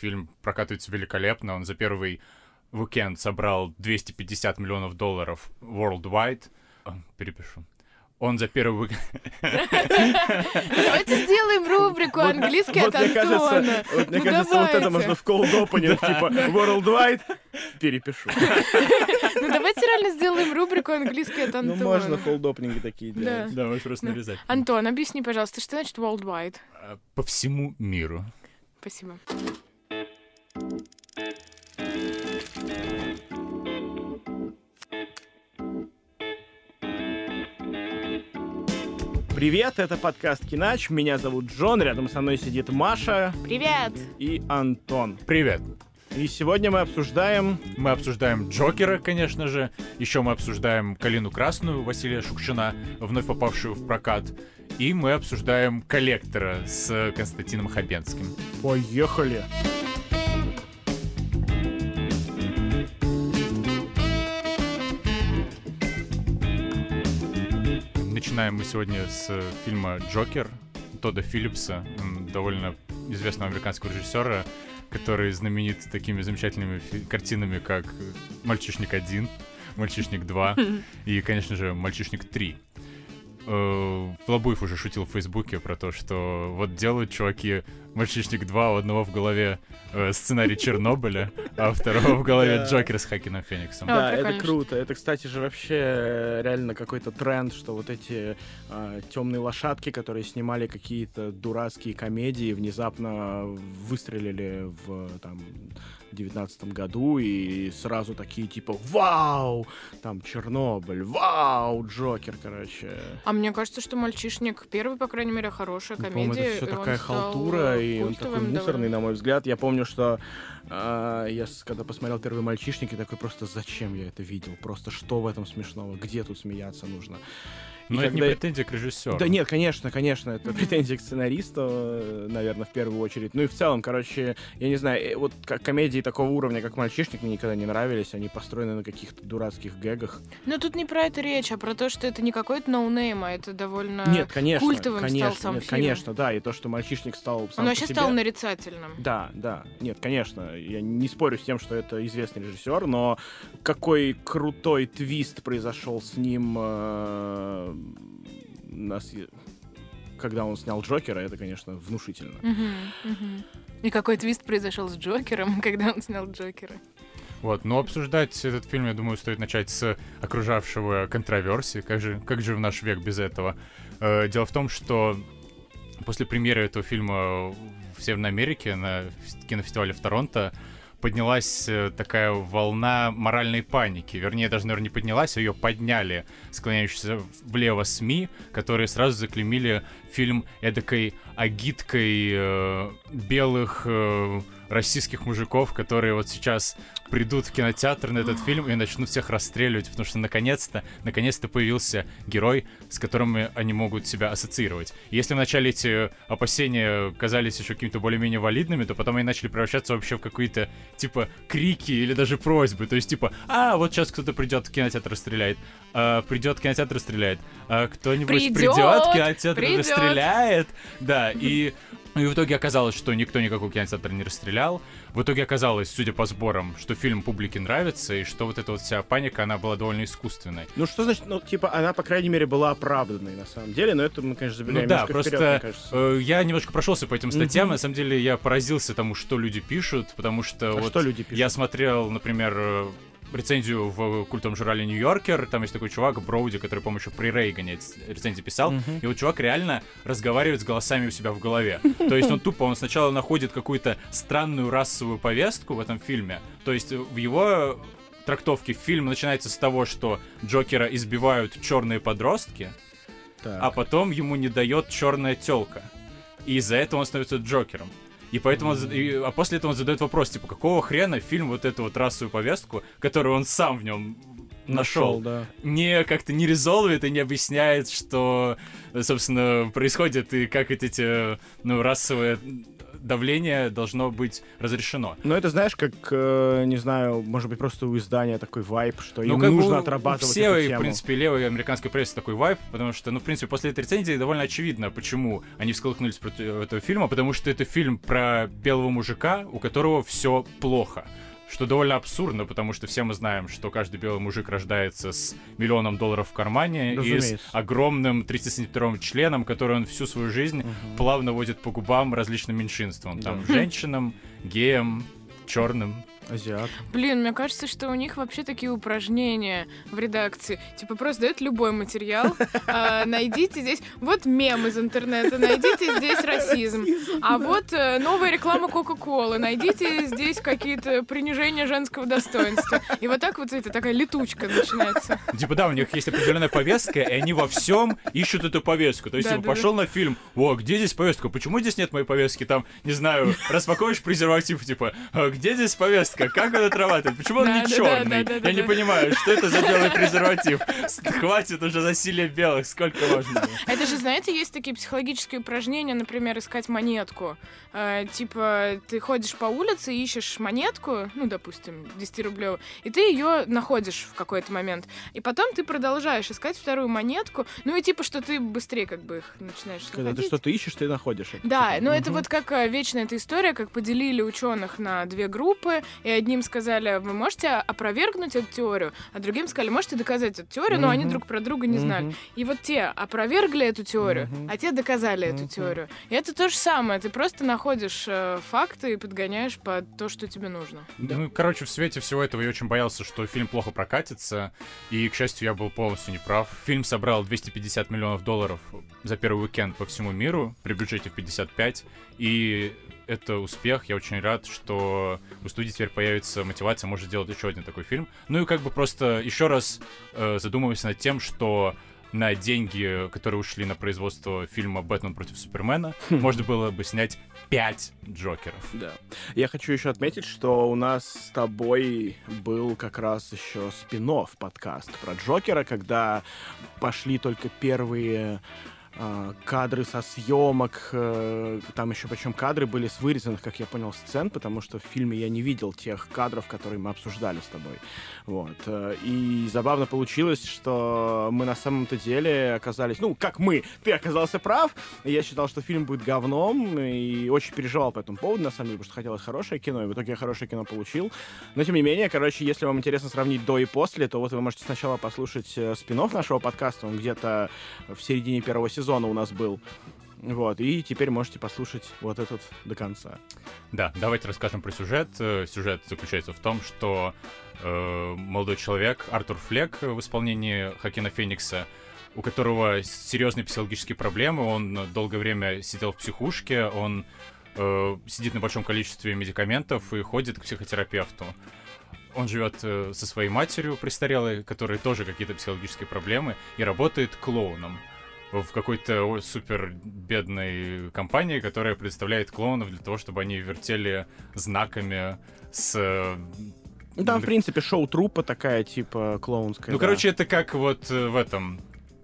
фильм прокатывается великолепно. Он за первый уикенд собрал $250 миллионов worldwide. Перепишу. Он за первый уикенд... Давайте сделаем рубрику английский от Антона. Мне кажется, вот это можно в cold opening, типа worldwide. Перепишу. Ну давайте реально сделаем рубрику английский от Антона. Ну можно cold opening такие делать. Да, можешь просто нарезать. Антон, объясни, пожалуйста, что значит worldwide? По всему миру. Спасибо. Привет, это подкаст Кинач. Меня зовут Джон, рядом со мной сидит Маша. Привет! И Антон. Привет. И сегодня мы обсуждаем... Мы обсуждаем Джокера, конечно же. Еще мы обсуждаем «Калину красную» Василия Шукшина, вновь попавшую в прокат. И мы обсуждаем «Коллектора» с Константином Хабенским. Поехали! Начинаем мы сегодня с фильма «Джокер» Тодда Филлипса, довольно известного американского режиссера, который знаменит такими замечательными картинами, как «Мальчишник 1», «Мальчишник 2» и, конечно же, «Мальчишник 3». Волобуев уже шутил в Фейсбуке про то, что вот делают чуваки «Мальчишник 2», у одного в голове сценарий Чернобыля, а у второго в голове Джокер с Хоакином Фениксом. Да, это круто. Это, кстати же, вообще реально какой-то тренд, что вот эти темные лошадки, которые снимали какие-то дурацкие комедии, внезапно выстрелили в 19 году и сразу такие типа «Вау!» Там Чернобыль, «Вау!» Джокер, короче. А мне кажется, что «Мальчишник» первый, по крайней мере, хорошая комедия. По-моему, это все такая халтура, и он такой мусорный, на мой взгляд. Я помню, что я когда посмотрел первый «Мальчишник», я такой просто «Зачем я это видел? Просто что в этом смешного? Где тут смеяться нужно?» Но это не претензия к режиссеру. Да нет, конечно, это претензия к сценаристу, наверное, в первую очередь. Ну и в целом, короче, я не знаю, вот комедии такого уровня, как «Мальчишник», мне никогда не нравились, они построены на каких-то дурацких гэгах. Но тут не про это речь, а про то, что это не какой-то ноунейм, а это довольно культовым стал сам фильм. Конечно, да, и то, что «Мальчишник» стал сам Он вообще стал нарицательным. Да, нет, конечно, я не спорю с тем, что это известный режиссер, но какой крутой твист произошел с ним... когда он снял Джокера, это, конечно, внушительно. И какой твист произошел с Джокером, когда он снял Джокера? Вот, но обсуждать этот фильм, я думаю, стоит начать с окружавшего контроверсии. Как же в наш век без этого? Дело в том, что после премьеры этого фильма в Северной Америке на кинофестивале в Торонто поднялась такая волна моральной паники. Вернее, даже, наверное, не поднялась, а ее подняли склоняющиеся влево СМИ, которые сразу заклеймили фильм эдакой агиткой белых российских мужиков, которые вот сейчас придут в кинотеатр на этот фильм и начнут всех расстреливать, потому что наконец-то появился герой, с которым они могут себя ассоциировать. И если вначале эти опасения казались еще какими-то более-менее валидными, то потом они начали превращаться вообще в какие-то, типа, крики или даже просьбы. То есть, типа, вот сейчас кто-то придет в кинотеатр расстреляет, придет в кинотеатр расстреляет, кто-нибудь придет в кинотеатр расстреляет. Да, и в итоге оказалось, что никто никакой кинотеатр не расстрелял. В итоге оказалось, судя по сборам, что фильм публике нравится, и что вот эта вот вся паника, она была довольно искусственной. Ну что значит, она, по крайней мере, была оправданной, на самом деле, но это мы, конечно, забегаем немножко вперед, мне кажется. Я немножко прошелся по этим статьям, на самом деле я поразился тому, что люди пишут, потому что что люди пишут? Я смотрел, например, рецензию в культовом журнале «Нью-Йоркер», там есть такой чувак, Броуди, который, по-моему, еще при Рейгане рецензии писал, и вот чувак реально разговаривает с голосами у себя в голове. То есть он сначала находит какую-то странную расовую повестку в этом фильме, то есть в его трактовке фильм начинается с того, что Джокера избивают черные подростки, а потом ему не дает черная тёлка, и из-за этого он становится Джокером. И поэтому а после этого он задает вопрос, типа, какого хрена фильм вот эту вот расовую повестку, которую он сам в нем нашел, да. не как-то не резолвит и не объясняет, что, собственно, происходит и как эти расовые давление должно быть разрешено. Ну, это, знаешь, как, не знаю, может быть, просто у издания такой вайб, что им нужно отрабатывать эту тему. В принципе, левой американской прессы такой вайб, потому что, в принципе, после этой рецензии довольно очевидно, почему они всколыхнулись против этого фильма, потому что это фильм про белого мужика, у которого все плохо. Что довольно абсурдно, потому что все мы знаем, что каждый белый мужик рождается с $1 миллион в кармане и с огромным 30-сантиметровым членом, который он всю свою жизнь плавно водит по губам различным меньшинствам. Там женщинам, геям, черным. Азиат. Блин, мне кажется, что у них вообще такие упражнения в редакции. Типа просто дают любой материал, найдите здесь вот мем из интернета, найдите здесь расизм, а вот новая реклама Кока-Колы, найдите здесь какие-то принижения женского достоинства. И вот так вот это такая летучка начинается. Типа да, у них есть определенная повестка, и они во всем ищут эту повестку. То есть, пошел на фильм, где здесь повестка? Почему здесь нет моей повестки? Там, не знаю, распаковываешь презерватив, типа, где здесь повестка? Как он отрабатывает? Почему он не черный? Я не понимаю, что это за белый презерватив? Хватит уже засилия белых, сколько можно? Это же, знаете, есть такие психологические упражнения, например, искать монетку. Типа, ты ходишь по улице, ищешь монетку, допустим, 10-рублевую, и ты ее находишь в какой-то момент. И потом ты продолжаешь искать вторую монетку, и типа, что ты быстрее как бы их начинаешь находить. Когда ты что-то ищешь, ты находишь. Да, но это вот как вечная эта история, как поделили ученых на 2 группы, и одним сказали, вы можете опровергнуть эту теорию, а другим сказали, можете доказать эту теорию, но они друг про друга не знали. И вот те опровергли эту теорию, а те доказали эту теорию. И это то же самое, ты просто находишь факты и подгоняешь под то, что тебе нужно. В свете всего этого я очень боялся, что фильм плохо прокатится, и, к счастью, я был полностью неправ. Фильм собрал $250 миллионов за первый уикенд по всему миру, при бюджете в 55, и это успех, я очень рад, что у студии теперь появится мотивация, может сделать еще один такой фильм. И просто еще раз задумываюсь над тем, что на деньги, которые ушли на производство фильма «Бэтмен против Супермена», можно было бы снять 5 Джокеров. Да. Я хочу еще отметить, что у нас с тобой был как раз еще спин-офф подкаст про Джокера, когда пошли только первые кадры со съемок, там еще причем кадры были с вырезанных, как я понял, сцен, потому что в фильме я не видел тех кадров, которые мы обсуждали с тобой. Вот. И забавно получилось, что мы на самом-то деле оказались, ты оказался прав, я считал, что фильм будет говном, и очень переживал по этому поводу, на самом деле, потому что хотелось хорошее кино, и в итоге я хорошее кино получил. Но, тем не менее, если вам интересно сравнить до и после, то вот вы можете сначала послушать спин-офф нашего подкаста, он где-то в середине первого сезона у нас был. Вот, и теперь можете послушать вот этот до конца. Да, давайте расскажем про сюжет. Сюжет заключается в том, что молодой человек, Артур Флек в исполнении Хоакина Феникса, у которого серьезные психологические проблемы, он долгое время сидел в психушке, он сидит на большом количестве медикаментов и ходит к психотерапевту. Он живет со своей матерью престарелой, у которой тоже какие-то психологические проблемы, и работает клоуном в какой-то супер бедной компании, которая предоставляет клоунов для того, чтобы они вертели знаками с... Там, в принципе, шоу-труппа такая, типа, клоунская. Это как вот в этом...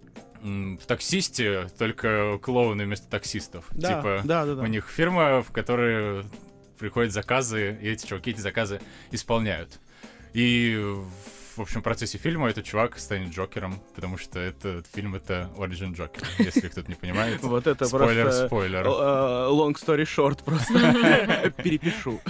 В «Таксисте», только клоуны вместо таксистов. Да. У них фирма, в которой приходят заказы, и эти чуваки эти заказы исполняют. И... В общем, в процессе фильма этот чувак станет Джокером, потому что этот фильм — это Origin Joker, если кто-то не понимает. Вот это спойлер. Long story short просто. Перепишу.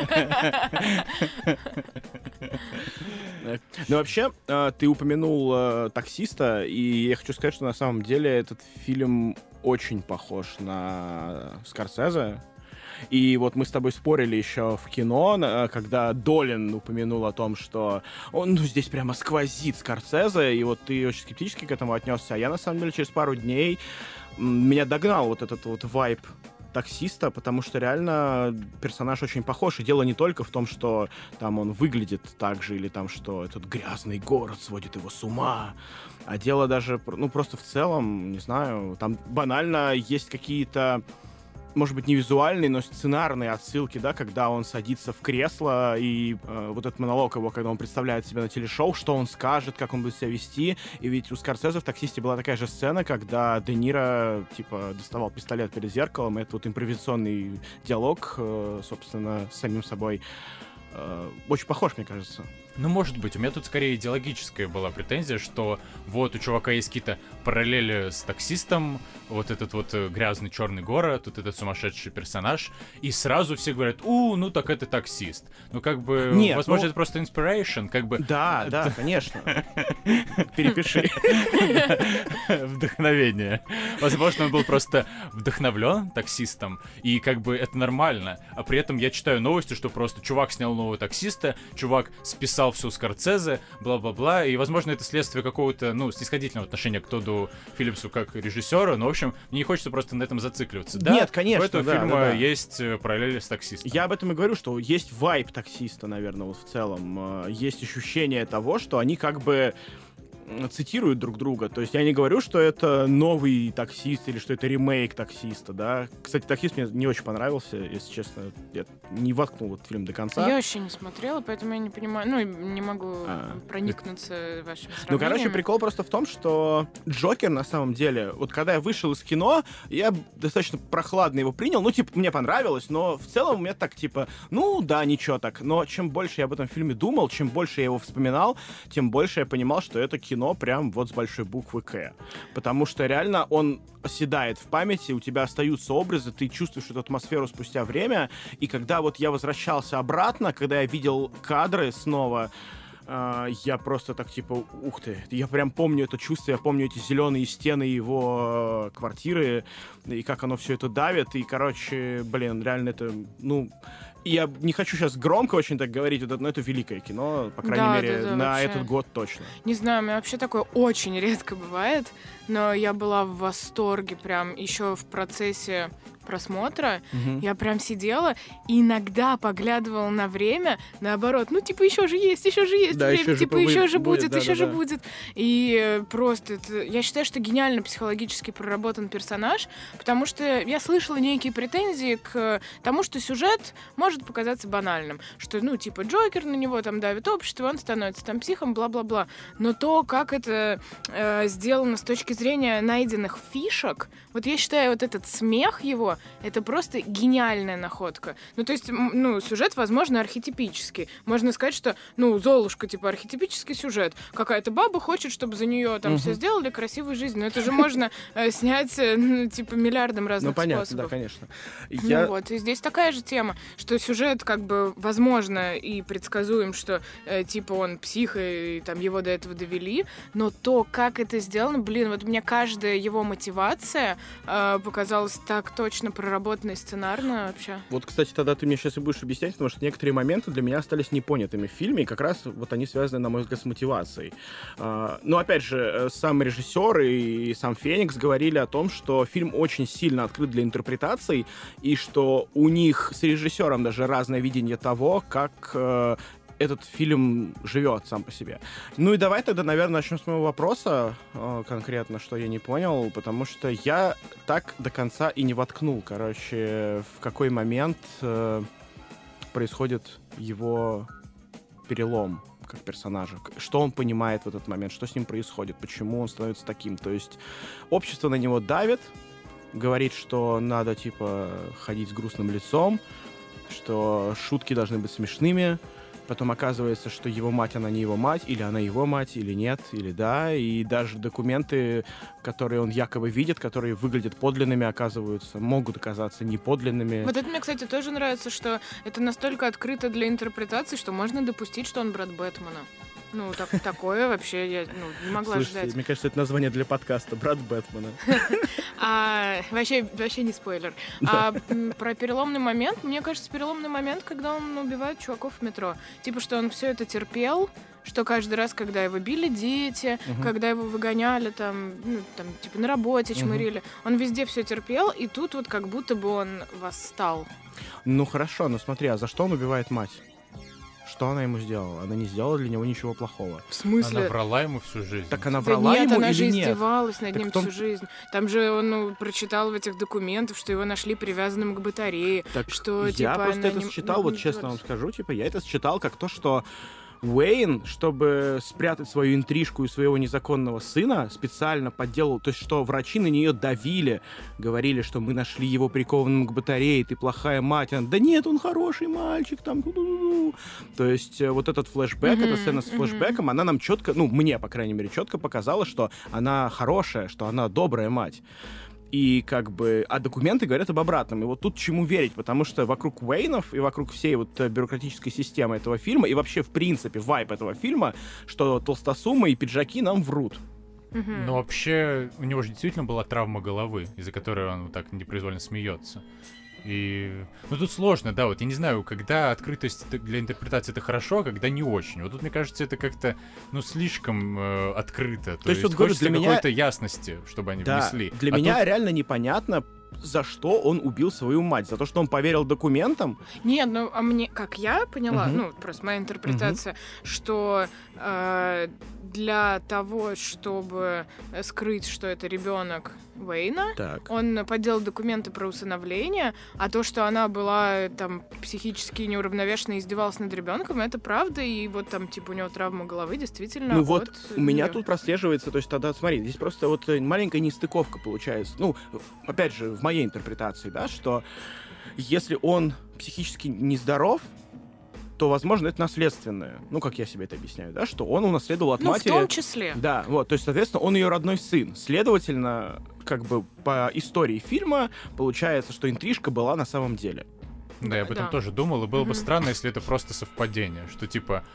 Но вообще, ты упомянул «Таксиста», и я хочу сказать, что на самом деле этот фильм очень похож на Скорсезе. И вот мы с тобой спорили еще в кино, когда Долин упомянул о том, что он здесь прямо сквозит Скорсезе, и вот ты очень скептически к этому отнесся. А я, на самом деле, через пару дней меня догнал вот этот вот вайб «Таксиста», потому что реально персонаж очень похож. И дело не только в том, что там он выглядит так же, или там, что этот грязный город сводит его с ума, а дело даже, просто в целом, не знаю, там банально есть какие-то может быть, не визуальные, но сценарные отсылки, да, когда он садится в кресло, и вот этот монолог его, когда он представляет себя на телешоу, что он скажет, как он будет себя вести. И ведь у Скорсезе в «Таксисте» была такая же сцена, когда Де Ниро, типа, доставал пистолет перед зеркалом, и это вот импровизационный диалог, собственно, с самим собой. Очень похож, мне кажется. Ну, может быть. У меня тут скорее идеологическая была претензия, что вот у чувака есть какие-то параллели с «Таксистом», вот этот вот грязный черный город, тут этот сумасшедший персонаж, и сразу все говорят: ну так это «Таксист». Ну, как бы, нет, возможно, это просто inspiration, как бы... Да, конечно. Перепиши. Вдохновение. Возможно, он был просто вдохновлен «Таксистом», и как бы это нормально. А при этом я читаю новости, что просто чувак снял нового «Таксиста», чувак списал все Скорсезе, бла-бла-бла, и, возможно, это следствие какого-то, снисходительного отношения к Тодду Филлипсу как режиссеру, но, в общем, мне не хочется просто на этом зацикливаться. Да, нет, конечно, у этого фильма есть параллели с «Таксистом». Я об этом и говорю, что есть вайб «Таксиста», наверное, вот в целом. Есть ощущение того, что они как бы цитируют друг друга. То есть я не говорю, что это новый «Таксист» или что это ремейк «Таксиста», да. Кстати, «Таксист» мне не очень понравился, если честно. Я не воткнул этот фильм до конца. Я вообще не смотрела, поэтому я не понимаю, не могу проникнуться вашими сравнениями. Ну, короче, прикол просто в том, что Джокер, на самом деле, вот когда я вышел из кино, я достаточно прохладно его принял. Ну, типа, мне понравилось, но в целом у меня так, типа, да, ничего так. Но чем больше я об этом фильме думал, чем больше я его вспоминал, тем больше я понимал, что это кино прям вот с большой буквы «К». Потому что реально он оседает в памяти, у тебя остаются образы, ты чувствуешь эту атмосферу спустя время. И когда вот я возвращался обратно, когда я видел кадры снова, я просто так типа, ух ты, я прям помню это чувство, я помню эти зеленые стены его квартиры, и как оно все это давит, и, короче, реально это, я не хочу сейчас громко очень так говорить, но это великое кино, по крайней мере, на вообще. этот год точно. Не знаю, у меня вообще такое очень редко бывает, но я была в восторге прям еще в процессе просмотра. Я прям сидела и иногда поглядывала на время, наоборот, еще же есть да, время, еще же будет. Да. И просто я считаю, что гениально психологически проработан персонаж, потому что я слышала некие претензии к тому, что сюжет может показаться банальным, что, Джокер на него там давит общество, он становится там психом, бла-бла-бла. Но то, как это сделано с точки зрения найденных фишек, вот я считаю, вот этот смех его, это просто гениальная находка. То есть, сюжет, возможно, архетипический. Можно сказать, что, Золушка, архетипический сюжет. Какая-то баба хочет, чтобы за нее там все сделали, красивую жизнь. Но это же можно снять, миллиардом разных понятно, способов. Да, конечно. И здесь такая же тема, что сюжет, возможно, и предсказуем, что, он псих, и там его до этого довели, но то, как это сделано, вот мне каждая его мотивация показалась так точно проработанной сценарно вообще. Вот, кстати, тогда ты мне сейчас и будешь объяснять, потому что некоторые моменты для меня остались непонятыми в фильме, и как раз вот они связаны, на мой взгляд, с мотивацией. Но, опять же, сам режиссер и сам Феникс говорили о том, что фильм очень сильно открыт для интерпретаций, и что у них с режиссером даже разное видение того, как этот фильм живет сам по себе. И давай тогда, наверное, начнем с моего вопроса конкретно, что я не понял, потому что я так до конца и не воткнул, в какой момент происходит его перелом как персонажа, что он понимает в этот момент, что с ним происходит, почему он становится таким. То есть общество на него давит, говорит, что надо, ходить с грустным лицом, что шутки должны быть смешными. Потом оказывается, что его мать, она не его мать, или она его мать, или нет, или да. И даже документы, которые он якобы видит, которые выглядят подлинными, могут оказаться неподлинными. Вот это мне, кстати, тоже нравится, что это настолько открыто для интерпретации, что можно допустить, что он брат Бэтмена. Такое вообще я не могла ждать. Мне кажется, это название для подкаста «Брат Бэтмена». Вообще не спойлер. Про переломный момент, мне кажется, переломный момент, когда он убивает чуваков в метро. Что он все это терпел, что каждый раз, когда его били дети, когда его выгоняли на работе чмырили, он везде все терпел, и тут вот как будто бы он восстал. Хорошо, но смотри, а за что он убивает мать? Что она ему сделала? Она не сделала для него ничего плохого. В смысле? Она врала ему всю жизнь. Так она врала ему она или же нет? издевалась над ним в том- всю жизнь. Там же он прочитал в этих документах, что его нашли привязанным к батарее. Так Что, я типа, просто она это не- считал, не вот честно издевалась. вам скажу, типа, я это считал как то, что Уэйн, чтобы спрятать свою интрижку и своего незаконного сына, специально подделал, то есть что врачи на нее давили, говорили, что мы нашли его прикованным к батарее, ты плохая мать. Она, да нет, он хороший мальчик, там. ду-ду-ду-ду». То есть вот этот флешбэк, эта сцена с флешбэком, она нам четко, ну, мне, по крайней мере, четко показала, что она хорошая, что она добрая мать. И как бы, а документы говорят об обратном. И вот тут чему верить, потому что вокруг Уэйнов и вокруг всей вот бюрократической системы этого фильма и вообще, в принципе, вайб этого фильма, что толстосумы и пиджаки нам врут. Но вообще, у него же действительно была травма головы, из-за которой он вот так непроизвольно смеется. И... Ну, тут сложно, да, вот я не знаю, когда открытость для интерпретации это хорошо, а когда не очень. Вот тут, мне кажется, это как-то, ну, слишком открыто. То есть вот говорю, хочется для меня- какой-то ясности, чтобы они Да, внесли. для А меня тут- реально непонятно, за что он убил свою мать. За то, что он поверил документам? Нет, ну, а мне, как я поняла, Мгм. ну, просто моя интерпретация, что для того, чтобы скрыть, что это ребенок Уэйна, Так. он подделал документы про усыновление, а то, что она была там психически неуравновешена и издевалась над ребенком, это правда, и вот там, типа, у него травма головы, действительно. Ну вот, от у меня неё. тут прослеживается, то есть тогда, смотри, здесь просто вот маленькая нестыковка получается. Ну, опять же, в моей интерпретации, да, что если он психически нездоров, то, возможно, это наследственное. Ну, как я себе это объясняю, да, что он унаследовал от Ну, матери... в том числе. Да, вот, то есть, соответственно, он ее родной сын. Следовательно, как бы по истории фильма получается, что интрижка была на самом деле. Да, я об этом Да. тоже думал, и было бы Мгм. странно, если это просто совпадение, что, типа,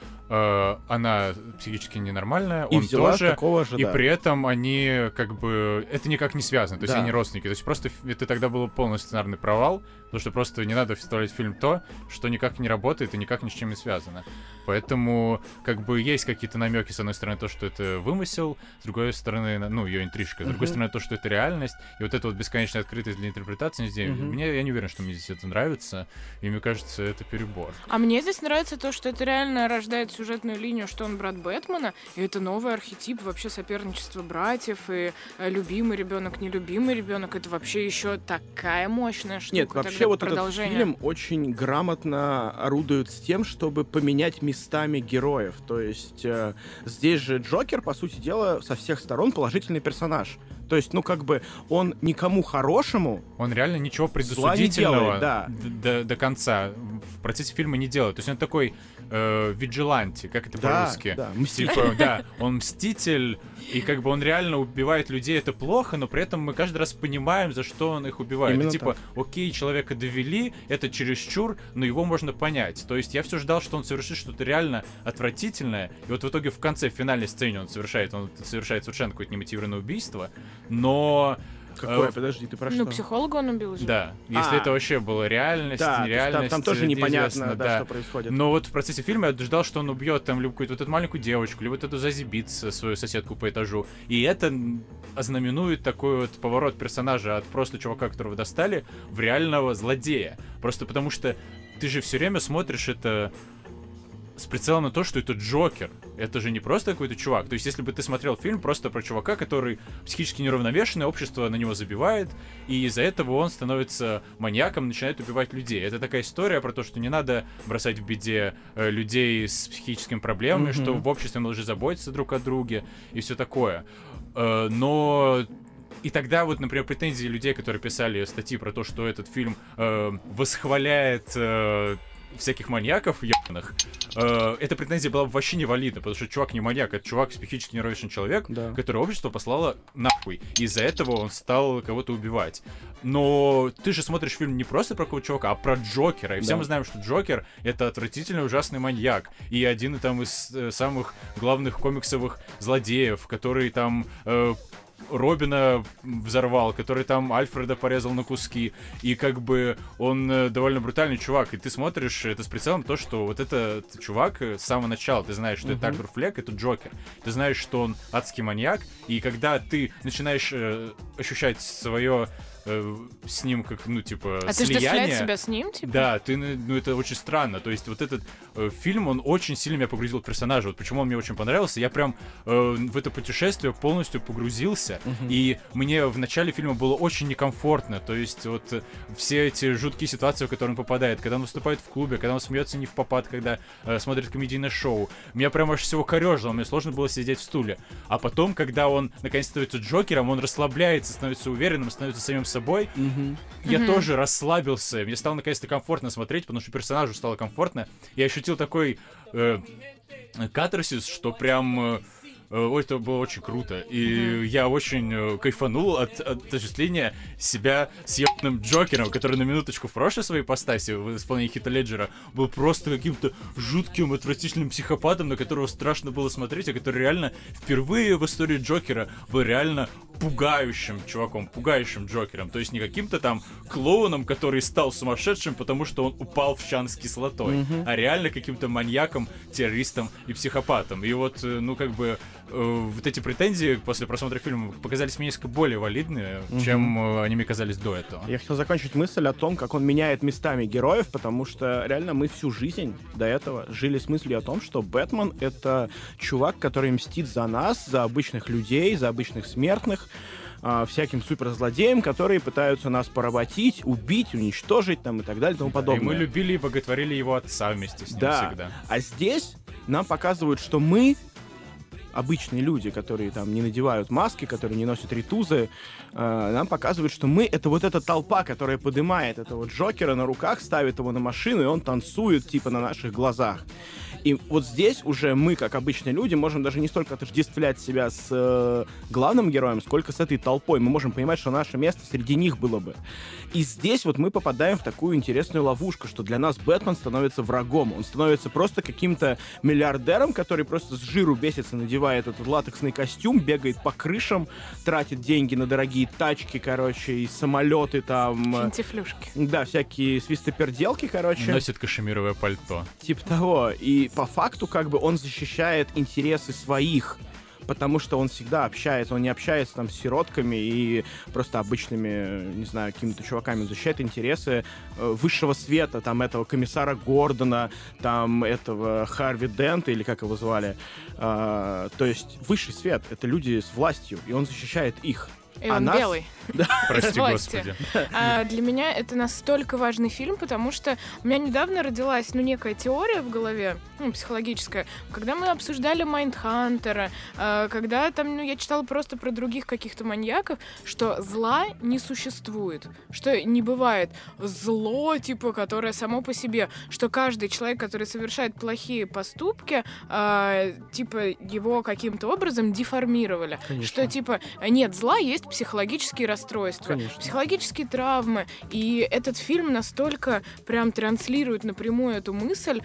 она психически ненормальная, И он взяла тоже, такого же, и да. при этом они, как бы, это никак не связано, то есть Да. они родственники, то есть просто это тогда был полный сценарный провал, потому что просто не надо вставлять в фильм то, что никак не работает и никак ни с чем не связано. Поэтому, как бы, есть какие-то намеки, с одной стороны, то, что это вымысел, с другой стороны, ну, ее интрижка, с другой Мгм. стороны, то, что это реальность, и вот эта вот бесконечная открытость для интерпретации везде. Мгм. Я не уверен, что мне здесь это нравится, и мне кажется, это перебор. А мне здесь нравится то, что это реально рождает сюжетную линию, что он брат Бэтмена, и это новый архетип вообще соперничества братьев, и любимый ребенок, нелюбимый ребенок. Это вообще еще такая мощная штука. Нет, вообще Тогда вот продолжение. этот фильм очень грамотно орудует с тем, чтобы поменять местами героев. То есть здесь же Джокер, по сути дела, со всех сторон положительный персонаж. То есть, ну, как бы, он никому хорошему... Он реально ничего Зла не предосудительного делает, да. до конца в процессе фильма не делает. То есть он такой виджиланти, как это Да, по-русски? да, мститель. Типа, да, он мститель, и как бы он реально убивает людей, это плохо, но при этом мы каждый раз понимаем, за что он их убивает. Именно И типа, так. окей, человека довели, это чересчур, но его можно понять. То есть я все ждал, что он совершит что-то реально отвратительное, и вот в итоге в конце, в финальной сцене он совершает совершенно какое-то немотивированное убийство, но... Какое? Подожди, ты про Ну, что? психолога он убил же. Да, если А. это вообще была реальность, Да, то есть нереальность. там тоже непонятно, неизвестно, да, что происходит. Но вот в процессе фильма я ждал, что он убьет там либо какую-то вот эту маленькую девочку, либо вот эту Зази Битс, свою соседку по этажу. И это ознаменует такой вот поворот персонажа от просто чувака, которого достали, в реального злодея. Просто потому что ты же все время смотришь это с прицелом на то, что это Джокер. Это же не просто какой-то чувак. То есть, если бы ты смотрел фильм просто про чувака, который психически неуравновешенный, общество на него забивает, и из-за этого он становится маньяком, начинает убивать людей. Это такая история про то, что не надо бросать в беде людей с психическими проблемами, Мгм. что в обществе мы должны заботиться друг о друге и все такое. Но... И тогда вот, например, претензии людей, которые писали статьи про то, что этот фильм восхваляет всяких маньяков ебаных, эта претензия была бы вообще невалидна, потому что чувак не маньяк, это чувак с психически неуравновешенный человек, Да. который общество послало нахуй. И из-за этого он стал кого-то убивать. Но ты же смотришь фильм не просто про какого-то чувака, а про Джокера. И все Да. мы знаем, что Джокер — это отвратительный, ужасный маньяк. И один там из самых главных комиксовых злодеев, который там... Робина взорвал, который там Альфреда порезал на куски, и как бы он довольно брутальный чувак, и ты смотришь это с прицелом то, что вот этот чувак с самого начала, ты знаешь, что это Артур Флек, это Джокер, ты знаешь, что он адский маньяк, и когда ты начинаешь ощущать свое с ним как, ну, типа, а слияние. ты отождествляешь себя с ним, типа? Да, ну, это очень странно. То есть вот этот фильм, он очень сильно меня погрузил в персонажа. Вот почему он мне очень понравился. Я прям в это путешествие полностью погрузился. И мне в начале фильма было очень некомфортно. То есть вот все эти жуткие ситуации, в которые он попадает, когда он выступает в клубе, когда он смеется не в попад, когда смотрит комедийное шоу. Меня прям аж всего корёжило, мне сложно было сидеть в стуле. А потом, когда он наконец становится Джокером, он расслабляется, становится уверенным, становится самим собой. Я тоже расслабился, мне стало наконец-то комфортно смотреть, потому что персонажу стало комфортно. Я ощутил такой катарсис, что прям... это было очень круто. И я очень кайфанул от отождествления себя с ебаным Джокером, который на минуточку в прошлой своей ипостаси в исполнении Хита Леджера был просто каким-то жутким, отвратительным психопатом, на которого страшно было смотреть, а который реально впервые в истории Джокера был реально пугающим чуваком, пугающим Джокером. То есть не каким-то там клоуном, который стал сумасшедшим, потому что он упал в чан с кислотой, а реально каким-то маньяком, террористом и психопатом. И вот, ну, как бы, вот эти претензии после просмотра фильма показались мне несколько более валидные, чем они мне казались до этого. Я хотел закончить мысль о том, как он меняет местами героев, потому что реально мы всю жизнь до этого жили с мыслью о том, что Бэтмен — это чувак, который мстит за нас, за обычных людей, за обычных смертных, всяким суперзлодеям, которые пытаются нас поработить, убить, уничтожить там, и так далее и тому подобное. И мы любили и боготворили его отца вместе с ним всегда. А здесь нам показывают, что мы обычные люди, которые там не надевают маски, которые не носят ритузы, нам показывают, что мы — это вот эта толпа, которая поднимает этого Джокера на руках, ставит его на машину, и он танцует типа на наших глазах. И вот здесь уже мы, как обычные люди, можем даже не столько отождествлять себя с главным героем, сколько с этой толпой. Мы можем понимать, что наше место среди них было бы. И здесь вот мы попадаем в такую интересную ловушку, что для нас Бэтмен становится врагом. Он становится просто каким-то миллиардером, который просто с жиру бесится, надевает этот латексный костюм, бегает по крышам, тратит деньги на дорогие тачки, короче, и самолеты там. Финтифлюшки. Да, всякие свистоперделки, короче. Носит кашемировое пальто. Типа того. И по факту как бы он защищает интересы своих, потому что он всегда общается, он не общается там с сиротками и просто обычными, не знаю, какими-то чуваками, он защищает интересы высшего света, там этого комиссара Гордона, там этого Харви Дента, или как его звали. То есть высший свет — это люди с властью, и он защищает их. И он белый. Прости, господи. Для меня это настолько важный фильм, потому что у меня недавно родилась, некая теория в голове, психологическая, когда мы обсуждали Майндхантера, когда там, я читала просто про других каких-то маньяков, что зла не существует, что не бывает зло, типа, которое само по себе, что каждый человек, который совершает плохие поступки, типа, его каким-то образом деформировали. Конечно. Что, типа, нет зла, есть психологические расстройства, Конечно. психологические травмы. И этот фильм настолько прям транслирует напрямую эту мысль.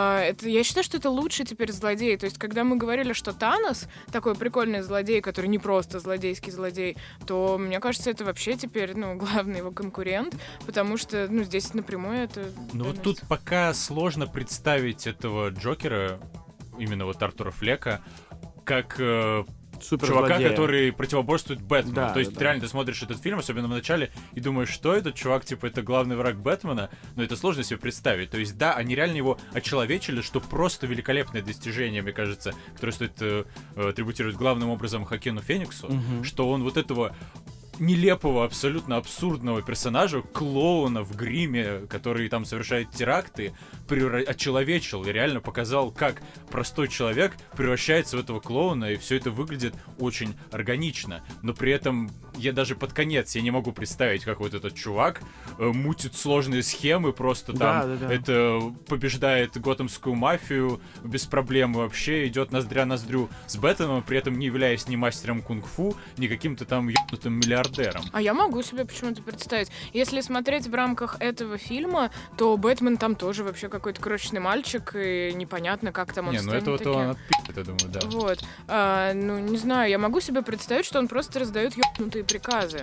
Я считаю, что это лучший теперь злодей. То есть, когда мы говорили, что Танос такой прикольный злодей, который не просто злодейский злодей, то, мне кажется, это вообще теперь, главный его конкурент, потому что, здесь напрямую это... Вот тут пока сложно представить этого Джокера, именно вот Артура Флека, как... чувака, который противоборствует Бэтмену. Да, то есть да. реально ты смотришь этот фильм, особенно в начале, и думаешь, что этот чувак, типа, это главный враг Бэтмена, но это сложно себе представить. То есть, да, они реально его очеловечили, что просто великолепное достижение, мне кажется, которое стоит атрибутировать главным образом Хоакину Фениксу, что он вот этого нелепого, абсолютно абсурдного персонажа, клоуна в гриме, который там совершает теракты, очеловечил и реально показал, как простой человек превращается в этого клоуна, и все это выглядит очень органично. Но при этом я даже под конец я не могу представить, как вот этот чувак мутит сложные схемы, просто там это побеждает готэмскую мафию без проблем вообще, идет ноздря ноздрю с Бэтменом, при этом не являясь ни мастером кунг-фу, ни каким-то там ебнутым миллиардером. А я могу себе почему-то представить. Если смотреть в рамках этого фильма, то Бэтмен там тоже вообще какой-то крошечный мальчик, и непонятно, как там он станет это таким. вот он отпи***т, я думаю, да. Вот. Не знаю, я могу себе представить, что он просто раздает ёбнутые приказы.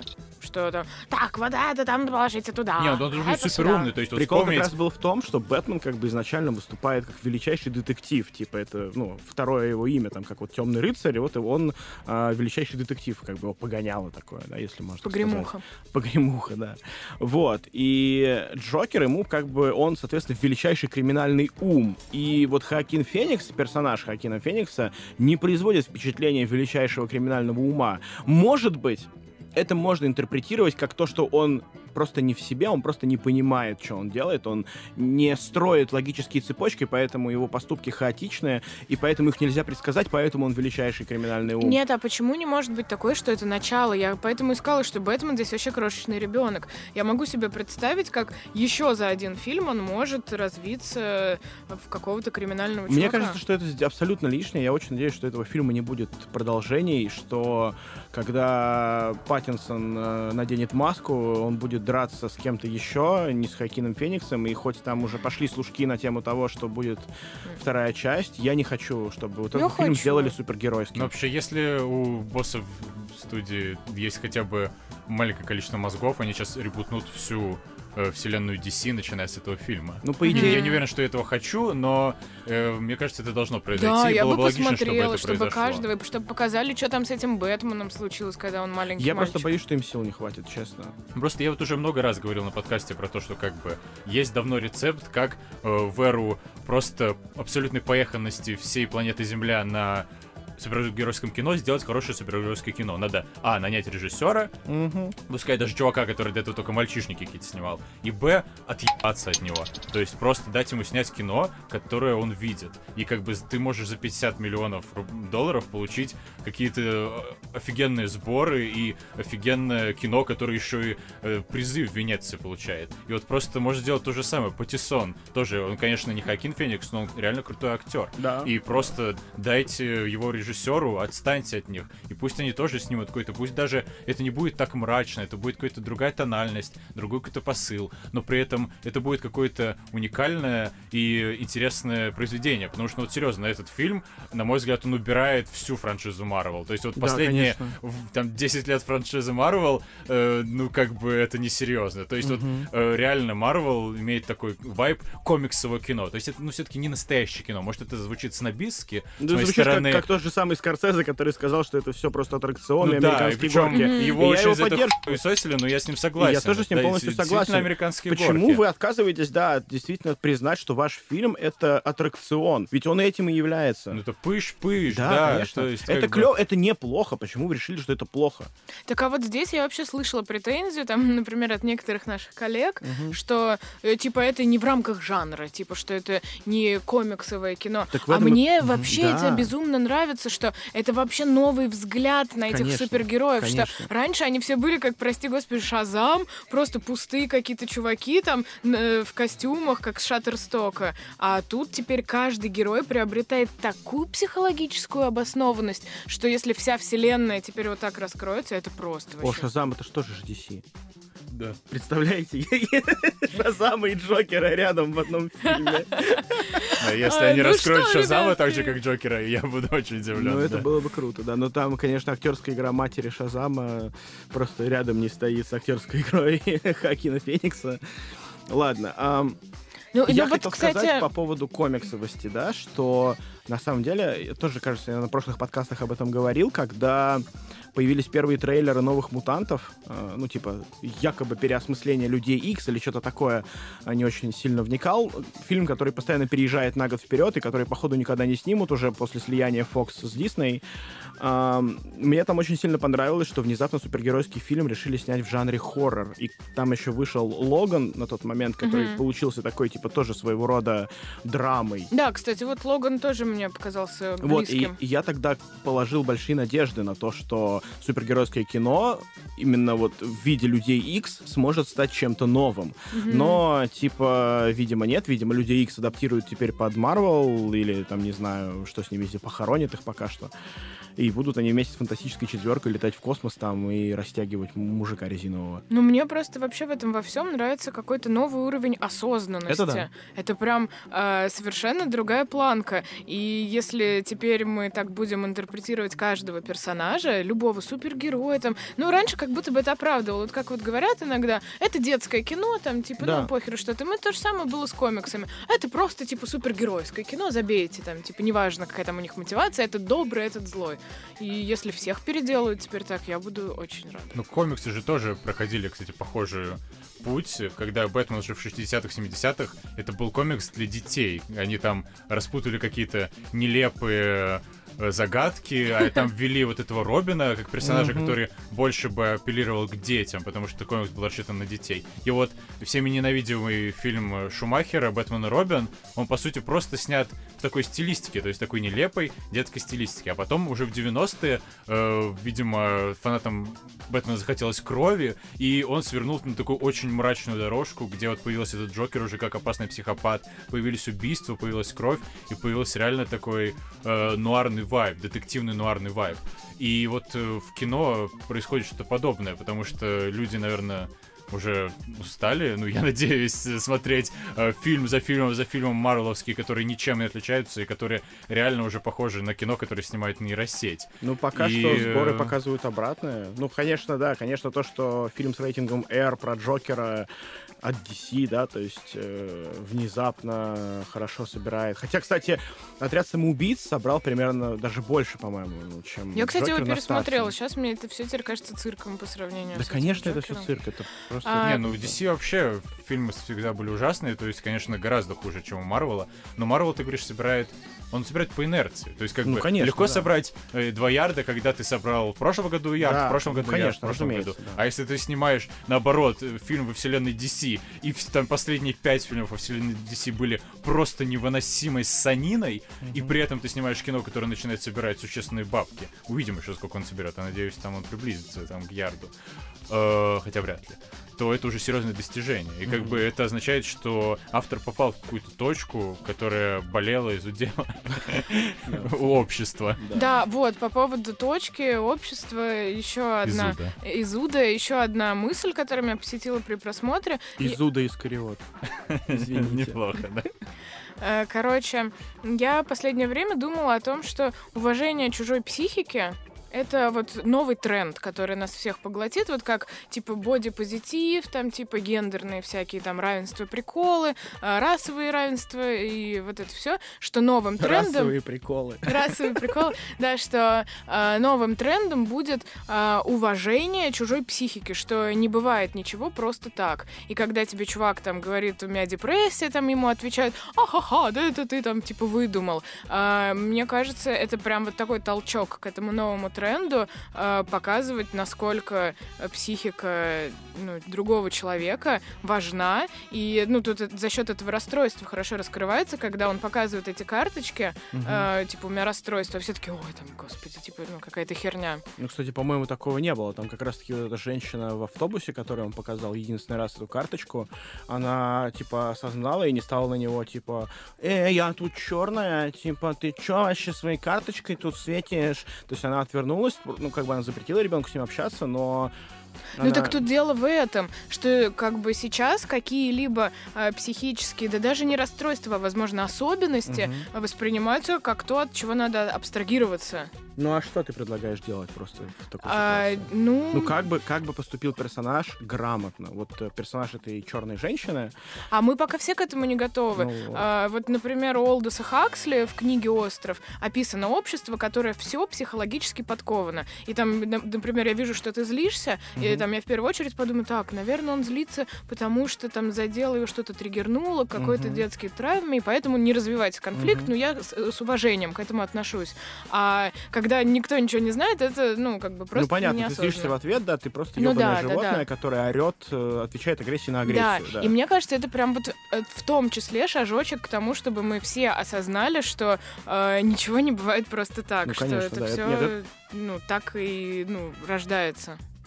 что там, так, вот это там положите туда. Не, он должен быть это супер умный, сюда. то есть вот Прикол вспомнить... как раз был в том, что Бэтмен как бы изначально выступает как величайший детектив, типа это, второе его имя, там, как вот Темный рыцарь, и вот он величайший детектив, как бы его погоняло такое, да, если можно Погремуха. сказать. Погремуха, да. Вот, и Джокер ему как бы, он, соответственно, величайший криминальный ум, и вот Хоакин Феникс, персонаж Хоакина Феникса, не производит впечатления величайшего криминального ума. Может быть, это можно интерпретировать как то, что он просто не в себе, он просто не понимает, что он делает, он не строит логические цепочки, поэтому его поступки хаотичные, и поэтому их нельзя предсказать, поэтому он величайший криминальный ум. Нет, а почему не может быть такое, что это начало? Я поэтому искала, что Бэтмен здесь вообще крошечный ребенок. Я могу себе представить, как еще за один фильм он может развиться в какого-то криминального чувака. Мне кажется, что это абсолютно лишнее. Я очень надеюсь, что этого фильма не будет продолжений, что когда Паттинсон наденет маску, он будет драться с кем-то еще, не с Хоакином Фениксом, и хоть там уже пошли слушки на тему того, что будет вторая часть, я не хочу, чтобы вот этот фильм сделали супергеройским. Но вообще, если у боссов студии есть хотя бы маленькое количество мозгов, они сейчас ребутнут всю вселенную DC, начиная с этого фильма. Ну, по идее... Я не уверен, что я этого хочу, но мне кажется, это должно произойти. Да, я было бы логично, посмотрела, чтобы чтобы каждого, чтобы показали, что там с этим Бэтменом случилось, когда он маленький Я мальчик. просто боюсь, что им сил не хватит, честно. Просто я вот уже много раз говорил на подкасте про то, что как бы есть давно рецепт, как в эру просто абсолютной поеханности всей планеты Земля на супергеройском кино сделать хорошее супергеройское кино. Надо, нанять режиссера, пускай даже чувака, который до этого только мальчишники какие-то снимал, и отъебаться от него. То есть просто дать ему снять кино, которое он видит. И как бы ты можешь за 50 миллионов долларов получить какие-то офигенные сборы и офигенное кино, которое еще и призы в Венеции получает. И вот просто можно сделать то же самое. Паттинсон тоже, он, конечно, не Хоакин Феникс, но он реально крутой актер. Да. И просто дайте его режиссеру, отстаньте от них, и пусть они тоже снимут какой-то, пусть даже это не будет так мрачно, это будет какая-то другая тональность, другой какой-то посыл, но при этом это будет какое-то уникальное и интересное произведение, потому что, вот серьезно, этот фильм, на мой взгляд, он убирает всю франшизу Marvel, то есть вот последние, там, 10 лет франшизы Marvel, как бы это несерьезно, то есть вот реально Marvel имеет такой вайб комиксового кино, то есть это, все-таки не настоящее кино, может это звучит снобистски, с моей стороны. Как тот же самый Скорсезе, который сказал, что это все просто аттракционы, американские причем горки. Его я очень его за это поддерживаю. но я с ним согласен. Я тоже с ним полностью согласен. Американские Почему горки. вы отказываетесь, действительно признать, что ваш фильм — это аттракцион? Ведь он этим и является. Ну это пыш-пыш, да. Конечно. То есть, это клево, это неплохо. Почему вы решили, что это плохо? Так а вот здесь я вообще слышала претензию, там, например, от некоторых наших коллег, что, типа, это не в рамках жанра, типа, что это не комиксовое кино. А мне вообще это безумно нравится, что это вообще новый взгляд на этих супергероев, что раньше они все были, как, прости господи, Шазам, просто пустые какие-то чуваки там в костюмах, как с Шаттерстока, а тут теперь каждый герой приобретает такую психологическую обоснованность, что если вся вселенная теперь вот так раскроется, это просто вообще... О, Шазам, это что же DC? Да. Представляете, Шазама и Джокера рядом в одном фильме. Если они раскроют Шазама так же, как Джокера, я буду очень удивлен. Ну, это было бы круто, да. Но там, конечно, актерская игра матери Шазама просто рядом не стоит с актерской игрой Хоакина Феникса. Ладно. Я хотел сказать по поводу комиксовости, да, что на самом деле, тоже, кажется, я на прошлых подкастах об этом говорил, когда появились первые трейлеры новых мутантов, якобы переосмысление Людей Икс или что-то такое, не очень сильно вникал. Фильм, который постоянно переезжает на год вперед и который, походу, никогда не снимут уже после слияния Fox с Disney. Мне там очень сильно понравилось, что внезапно супергеройский фильм решили снять в жанре хоррор. И там еще вышел Логан на тот момент, который получился такой, типа, тоже своего рода драмой. Да, кстати, вот Логан тоже мне показался близким. Вот, и я тогда положил большие надежды на то, что супергеройское кино именно вот в виде Людей Икс сможет стать чем-то новым. Но, видимо, нет. Видимо, Людей Икс адаптируют теперь под Marvel или, там, не знаю, что с ними, похоронят их пока что. и будут они вместе с Фантастической четверкой летать в космос там и растягивать мужика резинового. Ну, мне просто вообще в этом во всем нравится какой-то новый уровень осознанности. Это да. Это прям совершенно другая планка. И если теперь мы так будем интерпретировать каждого персонажа, любого супергероя, там, ну, раньше как будто бы это оправдывало. Вот как вот говорят иногда, это детское кино, там, типа, да. ну, похеру что-то. Мы то же самое было с комиксами. Это просто, типа, супергеройское кино, забейте, там, типа, неважно, какая там у них мотивация, этот добрый, этот злой. И если всех переделают теперь так, я буду очень рада. Ну, комиксы же тоже проходили, кстати, похожий путь, когда Бэтмен уже в 60-х, 70-х, это был комикс для детей. Они там распутали какие-то нелепые загадки, а там ввели вот этого Робина как персонажа, который больше бы апеллировал к детям, потому что комикс был рассчитан на детей. И вот всеми ненавидимый фильм Шумахера «Бэтмен и Робин», он, по сути, просто снят в такой стилистике, то есть такой нелепой детской стилистике. А потом уже в 90-е, видимо, фанатам Бэтмена захотелось крови, и он свернул на такую очень мрачную дорожку, где вот появился этот Джокер уже как опасный психопат, появились убийства, появилась кровь, и появился реально такой нуарный вайб, детективный нуарный вайб. И вот в кино происходит что-то подобное, потому что люди, наверное, уже устали, ну, я надеюсь, смотреть фильм за фильмом марвеловские, которые ничем не отличаются и которые реально уже похожи на кино, которое снимает нейросеть. Ну, пока что сборы показывают обратное. Ну, конечно, да, конечно, то, что фильм с рейтингом R про Джокера от DC, да, то есть внезапно хорошо собирает. Хотя, кстати, «Отряд самоубийц» собрал примерно даже больше, по-моему, чем Я, кстати, Джокер его пересмотрела. на Сейчас мне это все теперь кажется цирком по сравнению Да, с конечно, этим это все Джокером. цирк, это просто... Не, ну в DC вообще фильмы всегда были ужасные, то есть, конечно, гораздо хуже, чем у Марвела. Но Марвел, ты говоришь, собирает по инерции. То есть, как бы, конечно, легко да. собрать 2 ярда, когда ты собрал в прошлом году ярд, Да, в прошлом году ярд, в конечно, прошлом году. разумеется, да. А если ты снимаешь, наоборот, фильм во вселенной DC, и там последние 5 фильмов во вселенной DC были просто невыносимой ссаниной, и при этом ты снимаешь кино, которое начинает собирать существенные бабки. Увидим еще, сколько он соберет. Я надеюсь, там он приблизится там, к ярду. Хотя вряд ли. То это уже серьезное достижение. И как бы это означает, что автор попал в какую-то точку, которая болела и зудела у общества. Да, вот, по поводу точки, общества, еще одна... Изуда. Еще одна мысль, которая меня посетила при просмотре. Изуда Искариот. Извините. Неплохо, да? Короче, я в последнее время думала о том, что уважение чужой психики — это вот новый тренд, который нас всех поглотит, вот как, типа, бодипозитив, там, типа, гендерные всякие, там, равенства, приколы, расовые равенства и вот это все, что новым трендом... Расовые приколы. Расовые приколы, да, что новым трендом будет уважение чужой психики, что не бывает ничего просто так. И когда тебе чувак, там, говорит, у меня депрессия, там, ему отвечают, ахаха, да это ты, там, типа, выдумал. Мне кажется, это прям вот такой толчок к этому новому тренду, показывать, насколько психика другого человека важна. И тут за счет этого расстройства хорошо раскрывается, когда он показывает эти карточки, типа, у меня расстройство, а все таки, ой, там, господи, типа, какая-то херня. Ну, кстати, по-моему, такого не было. Там как раз-таки вот эта женщина в автобусе, которой он показал единственный раз эту карточку, она, типа, осознала и не стала на него, типа, я тут черная, типа, ты чё вообще своей карточкой тут светишь? То есть она отвернулась, как бы она запретила ребенку с ним общаться, но... Ну так тут дело в этом, что как бы сейчас какие-либо психические, да даже не расстройства, а, возможно, особенности воспринимаются как то, от чего надо абстрагироваться. Ну а что ты предлагаешь делать просто в такой ситуации? Ну как бы поступил персонаж грамотно? Вот персонаж этой черной женщины. А мы пока все к этому не готовы. Вот, например, у Олдоса Хаксли в книге «Остров» описано общество, которое все психологически подковано. И там, например, я вижу, что ты злишься, и там я в первую очередь подумаю, так, наверное, он злится, потому что там задело его, что-то триггернуло, какой-то детский травме, и поэтому не развивается конфликт, но я с уважением к этому отношусь. А когда никто ничего не знает, это, как бы просто понятно, неосознанно. Ты злишься в ответ, да, ты просто ёбаное животное, которое орёт, отвечает агрессией на агрессию. Да, и мне кажется, это прям вот в том числе шажочек к тому, чтобы мы все осознали, что ничего не бывает просто так, что конечно, это да, все так и рождается.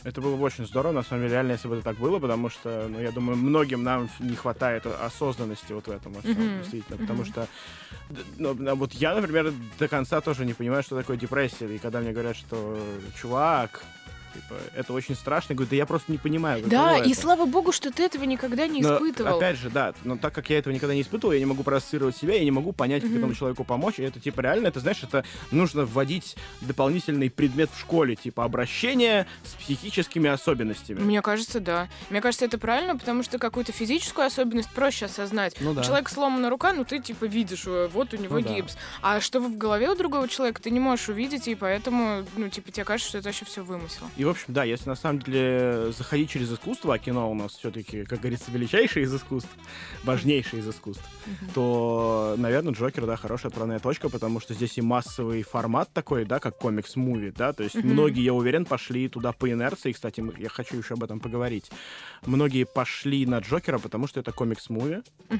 Это было бы очень здорово, на самом деле, реально, если бы это так было, потому что, ну, я думаю, многим нам не хватает осознанности вот в этом во всем, действительно, потому что, ну, вот я, например, до конца тоже не понимаю, что такое депрессия, и когда мне говорят, что, чувак, типа, это очень страшно. Я говорю, да я просто не понимаю. Да, и слава богу, что ты этого никогда не испытывал. Опять же, да, но так как я этого никогда не испытывал, я не могу проассоциировать себя, я не могу понять, как этому человеку помочь. И это, типа, реально, это, знаешь, это нужно вводить дополнительный предмет в школе, типа, обращение с психическими особенностями. Мне кажется, да. Мне кажется, это правильно, потому что какую-то физическую особенность проще осознать. Ну, да. Человек сломана рука, ну ты, типа, видишь, вот у него гипс. Да. А что в голове у другого человека, ты не можешь увидеть, и поэтому, ну, типа, тебе кажется, что это вообще все вымысел. И, в общем, да, если на самом деле заходить через искусство, а кино у нас все-таки, как говорится, величайшее из искусств, важнейшее из искусств, то, наверное, Джокер, да, хорошая отправная точка, потому что здесь и массовый формат такой, да, как комикс-муви, да, то есть многие, я уверен, пошли туда по инерции, кстати, я хочу еще об этом поговорить. Многие пошли на Джокера, потому что это комикс-муви.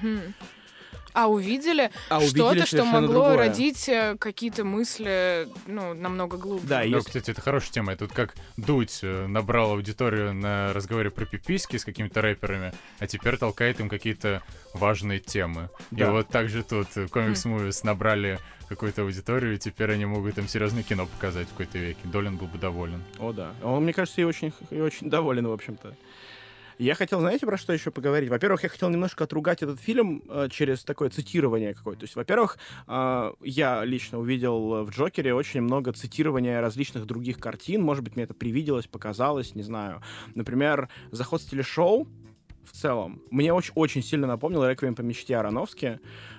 А увидели что-то, что могло другое. Родить какие-то мысли, ну, намного глубже. Да, кстати, это хорошая тема. Это вот как Дудь набрал аудиторию на разговоре про пиписьки с какими-то рэперами, а теперь толкает им какие-то важные темы. Да. И вот так же тут комикс-мувис набрали какую-то аудиторию, и теперь они могут им серьезное кино показать в какой-то веке. Долин был бы доволен. О, да. Он, мне кажется, и очень доволен, в общем-то. Я хотел, знаете, про что еще поговорить? Во-первых, я хотел немножко отругать этот фильм через такое цитирование какое-то. То есть, во-первых, я лично увидел в «Джокере» очень много цитирования различных других картин. Может быть, мне это привиделось, показалось, не знаю. Например, заход с телешоу в целом мне очень сильно напомнил «Реквием по мечте» Аронофски.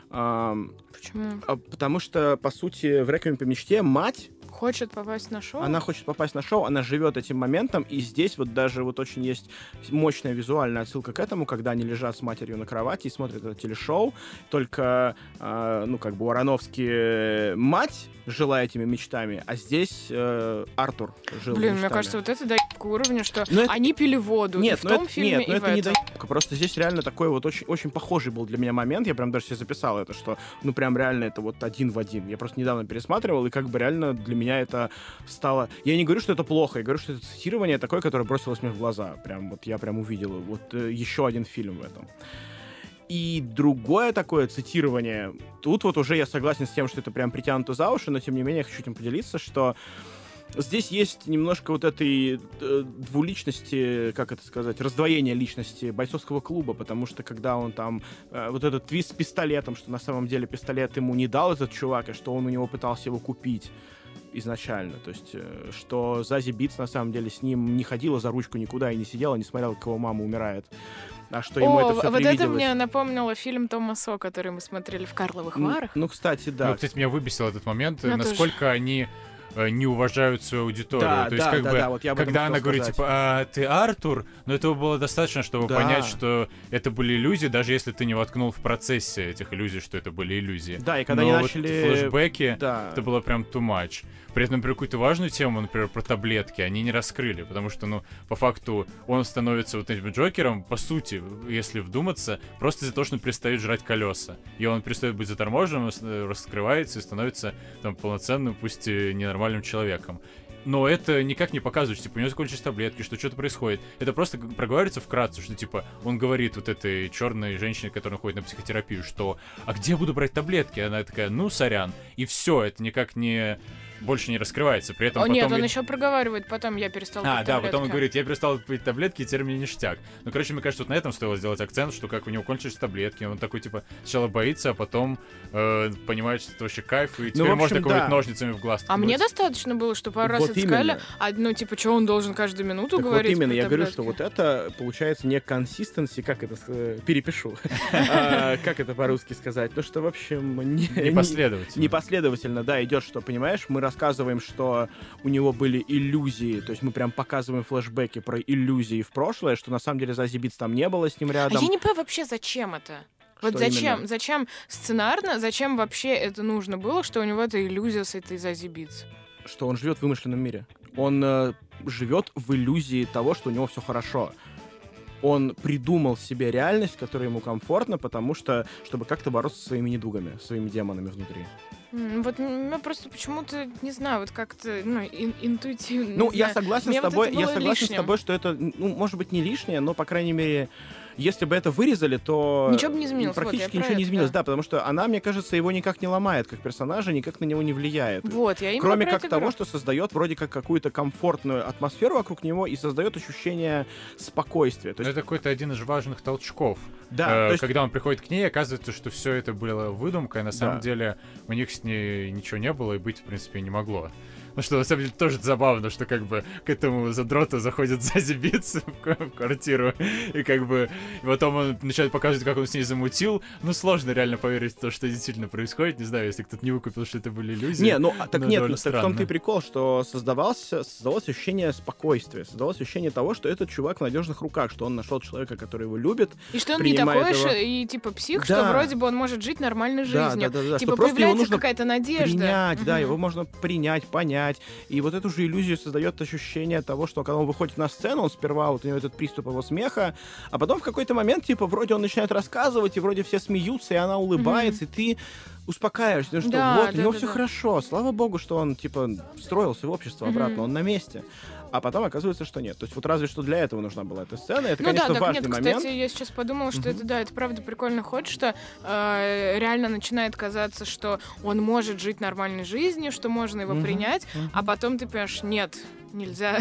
Почему? Потому что, по сути, в «Реквиеме по мечте» мать хочет попасть на шоу? Она хочет попасть на шоу, она живет этим моментом, и здесь вот даже вот очень есть мощная визуальная отсылка к этому, когда они лежат с матерью на кровати и смотрят это телешоу, только, ну, как бы у Аронофски мать жила этими мечтами, а здесь Артур жил мечтами. Мне кажется, вот это доебка уровня, что они пили воду и в том фильме, и в этом. Нет, это не доебка, просто здесь реально такой вот очень похожий был для меня момент, я прям даже себе записал это, что, ну, прям реально это вот один в один. Я просто недавно пересматривал, и как бы реально для меня это стало... Я не говорю, что это плохо, я говорю, что это цитирование такое, которое бросилось мне в глаза. Прям вот я прям увидел вот еще один фильм в этом. И другое такое цитирование, тут вот уже я согласен с тем, что это прям притянуто за уши, но тем не менее я хочу этим поделиться, что здесь есть немножко вот этой двуличности, как это сказать, раздвоения личности бойцовского клуба, потому что когда он там, вот этот твист с пистолетом, что на самом деле пистолет ему не дал этот чувак, и что он у него пытался его купить изначально, то есть, что Зази Битс на самом деле с ним не ходила за ручку никуда и не сидела, не смотрела, как его мама умирает, а что ему это все вот привиделось. Это мне напомнило фильм Тома Со, который мы смотрели в «Карловых Варах». Ну, кстати, да. Ну, кстати, меня выбесил этот момент, насколько они не уважают свою аудиторию. Да, то есть, как бы, вот я когда она говорит, типа, ты Артур, но этого было достаточно, чтобы понять, что это были иллюзии, даже если ты не воткнул в процессе этих иллюзий, что это были иллюзии. Да, и когда они начали... флешбеки, это было прям too much. При этом, например, какую-то важную тему, например, про таблетки, они не раскрыли, потому что, ну, по факту, он становится вот этим Джокером, по сути, если вдуматься, просто из-за того, что он перестает жрать колеса. И он перестает быть заторможенным, раскрывается и становится там полноценным, пусть и ненормальным человеком. Но это никак не показывает, что, типа, у него закончились таблетки, что что-то происходит. Это просто проговаривается вкратце, что, типа, он говорит вот этой черной женщине, которая ходит на психотерапию, что «А где я буду брать таблетки?» Она такая «Ну, сорян». И все, это никак не... больше не раскрывается. При этом потом... Нет, он еще проговаривает, потом я перестал пить таблетки. Да, потом он говорит, я перестал пить таблетки, и теперь мне ништяк. Ну, короче, мне кажется, вот на этом стоило сделать акцент, что как у него кончились таблетки, он такой, типа, сначала боится, а потом понимает, что это вообще кайф, и теперь можно ковырять ножницами в глаз. А мне достаточно было, что пару раз это сказали, ну, типа, что он должен каждую минуту говорить? Вот именно, я говорю, что вот это, получается, не консистенси, как это, перепишу, как это по-русски сказать, ну, что, в общем, непоследовательно, да, идет, что, понимаешь, мы рассказываем, что у него были иллюзии, то есть мы прям показываем флешбеки про иллюзии в прошлое, что на самом деле Зази Битс там не было с ним рядом. А я не понимаю вообще, зачем это? Вот зачем сценарно, зачем вообще это нужно было, что у него эта иллюзия с этой Зази Битс? Что он живет в вымышленном мире. Он живет в иллюзии того, что у него все хорошо. Он придумал себе реальность, которая ему комфортна, потому что, чтобы как-то бороться со своими недугами, своими демонами внутри. Вот я просто почему-то, не знаю, вот как-то, интуитивно. Ну, я согласен с тобой, лишним. что это, может быть, не лишнее, но, по крайней мере, если бы это вырезали, то ничего бы не изменилось. Практически ничего не изменилось, да, потому что она, мне кажется, его никак не ломает как персонажа, никак на него не влияет. Вот, я именно Кроме про как того, что создает вроде как какую-то комфортную атмосферу вокруг него и создает ощущение спокойствия. То есть... Это какой-то один из важных толчков. Да, то есть... Когда он приходит к ней, оказывается, что все это было выдумкой, а на самом деле у них с ней ничего не было и быть, в принципе, не могло. Ну что, на самом деле, тоже забавно, что как бы к этому задроту заходит сзади биться в квартиру, и как бы и потом он начинает показывать, как он с ней замутил. Ну, сложно реально поверить в то, что действительно происходит. Не знаю, если кто-то не выкупил, что это были иллюзии. Не, так в том-то и прикол, что создавалось ощущение спокойствия, создавалось ощущение того, что этот чувак в надежных руках, что он нашел человека, который его любит. И что он не такой же, и типа псих, что вроде бы он может жить нормальной жизнью. Да. Типа появляется какая-то надежда. Принять, да, его можно принять, понять. И вот эту же иллюзию создает ощущение того, что когда он выходит на сцену, он сперва вот у него этот приступ его смеха, а потом в какой-то момент, типа, вроде он начинает рассказывать, и вроде все смеются, и она улыбается, и ты успокаиваешься, что у него все хорошо, слава богу, что он, типа, встроился в общество обратно, он на месте. А потом оказывается, что нет. То есть вот разве что для этого нужна была эта сцена. Это, конечно, важный момент. Кстати, я сейчас подумала, что это правда прикольный ход, что реально начинает казаться, что он может жить нормальной жизнью, что можно его принять, а потом ты понимаешь, нет, нельзя,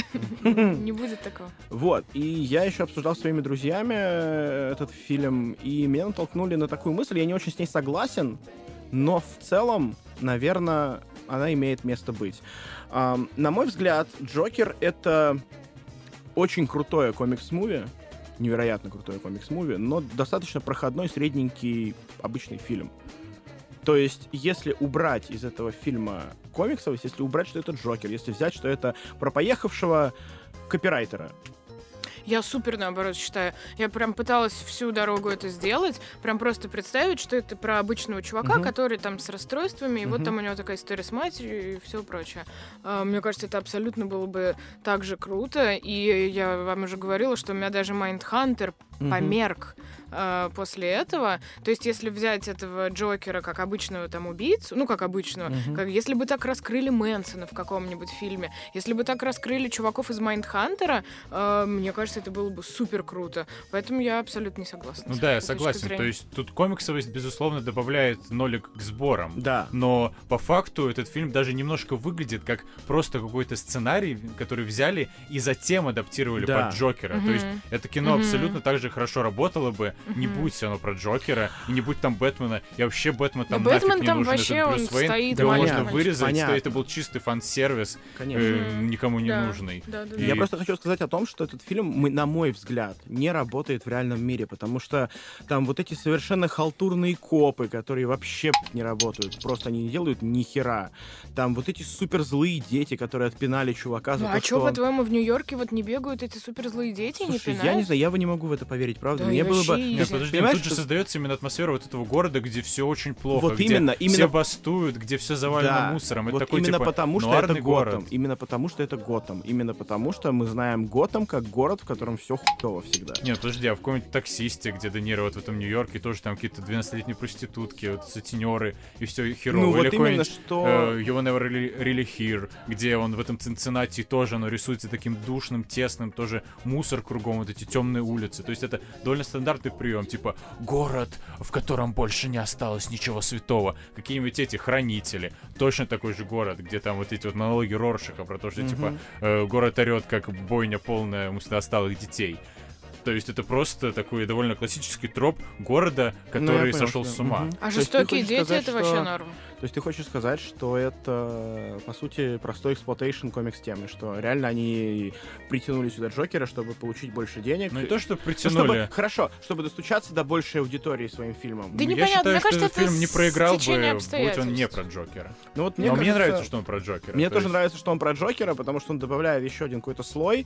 не будет такого. Вот, и я еще обсуждал с своими друзьями этот фильм, и меня натолкнули на такую мысль, я не очень с ней согласен, но в целом, наверное, она имеет место быть. На мой взгляд, «Джокер» — это очень крутое комикс-муви, невероятно крутое комикс-муви, но достаточно проходной, средненький, обычный фильм. То есть, если убрать из этого фильма комиксов, если убрать, что это Джокер, если взять, что это про поехавшего копирайтера, Я супер, наоборот, считаю. Я прям пыталась всю дорогу это сделать, прям просто представить, что это про обычного чувака, который там с расстройствами, и вот там у него такая история с матерью и все прочее. Мне кажется, это абсолютно было бы так же круто, и я вам уже говорила, что у меня даже Майндхантер померк после этого. То есть, если взять этого Джокера как обычного там убийцу, ну, как обычного, как, если бы так раскрыли Мэнсона в каком-нибудь фильме, если бы так раскрыли чуваков из Майндхантера, мне кажется, это было бы супер круто. Поэтому я абсолютно не согласна. Ну да, я согласен. То есть, тут комиксовость, безусловно, добавляет нолик к сборам. Да. Но по факту этот фильм даже немножко выглядит как просто какой-то сценарий, который взяли и затем адаптировали под Джокера. То есть, это кино абсолютно так же хорошо работало бы, не будь оно про Джокера, и не будь там Бэтмена, и вообще Бэтмен там нафиг не там нужен, вообще этот Брюс Уэйн, его можно вырезать, что это был чистый фан-сервис, никому не нужный. Я просто хочу сказать о том, что этот фильм, на мой взгляд, не работает в реальном мире, потому что там вот эти совершенно халтурные копы, которые вообще не работают, просто они не делают ни хера. Там вот эти суперзлые дети, которые отпинали чувака за то, что... А что, по-твоему, в Нью-Йорке вот не бегают эти суперзлые дети и не пинают? Я не знаю, я не могу в это поверить, правда? Мне было бы... Нет, подожди, тут же создается именно атмосфера вот этого города, где все очень плохо, вот где именно все бастуют, где все завалено мусором. Вот это такой, именно типа, потому, что это город. Готэм. Именно потому, что это Готэм. Именно потому, что мы знаем Готэм как город, в котором все хуёво всегда. Нет, подожди, а в каком-нибудь «Таксисте», где Де Ниро вот в этом Нью-Йорке, тоже там какие-то 12-летние проститутки, вот сутенеры, и все херово. Ну, или вот именно что... You Were Never Really Here, где он в этом Цинциннати тоже, оно рисуется таким душным, тесным, тоже мусор кругом, вот эти темные улицы. То есть это довольно стандартный прием, типа город, в котором больше не осталось ничего святого. Какие-нибудь эти хранители. Точно такой же город, где там вот эти вот монологи Роршаха про то, что типа город орет, как бойня полная отсталых детей. То есть это просто такой довольно классический троп города, который сошел с ума. А жестокие дети — это вообще норм. То есть ты хочешь сказать, что это, по сути, простой эксплуатейшн комикс-темы, что реально они притянули сюда Джокера, чтобы получить больше денег. Ну не то, что притянули. Чтобы достучаться до большей аудитории своим фильмом. Да я считаю, что кажется, этот фильм не проиграл бы, будь он не обстоятельств. про Джокера. Ну, вот Но мне нравится, что он про Джокера. Мне тоже нравится, что он про Джокера, потому что он добавляет еще один какой-то слой,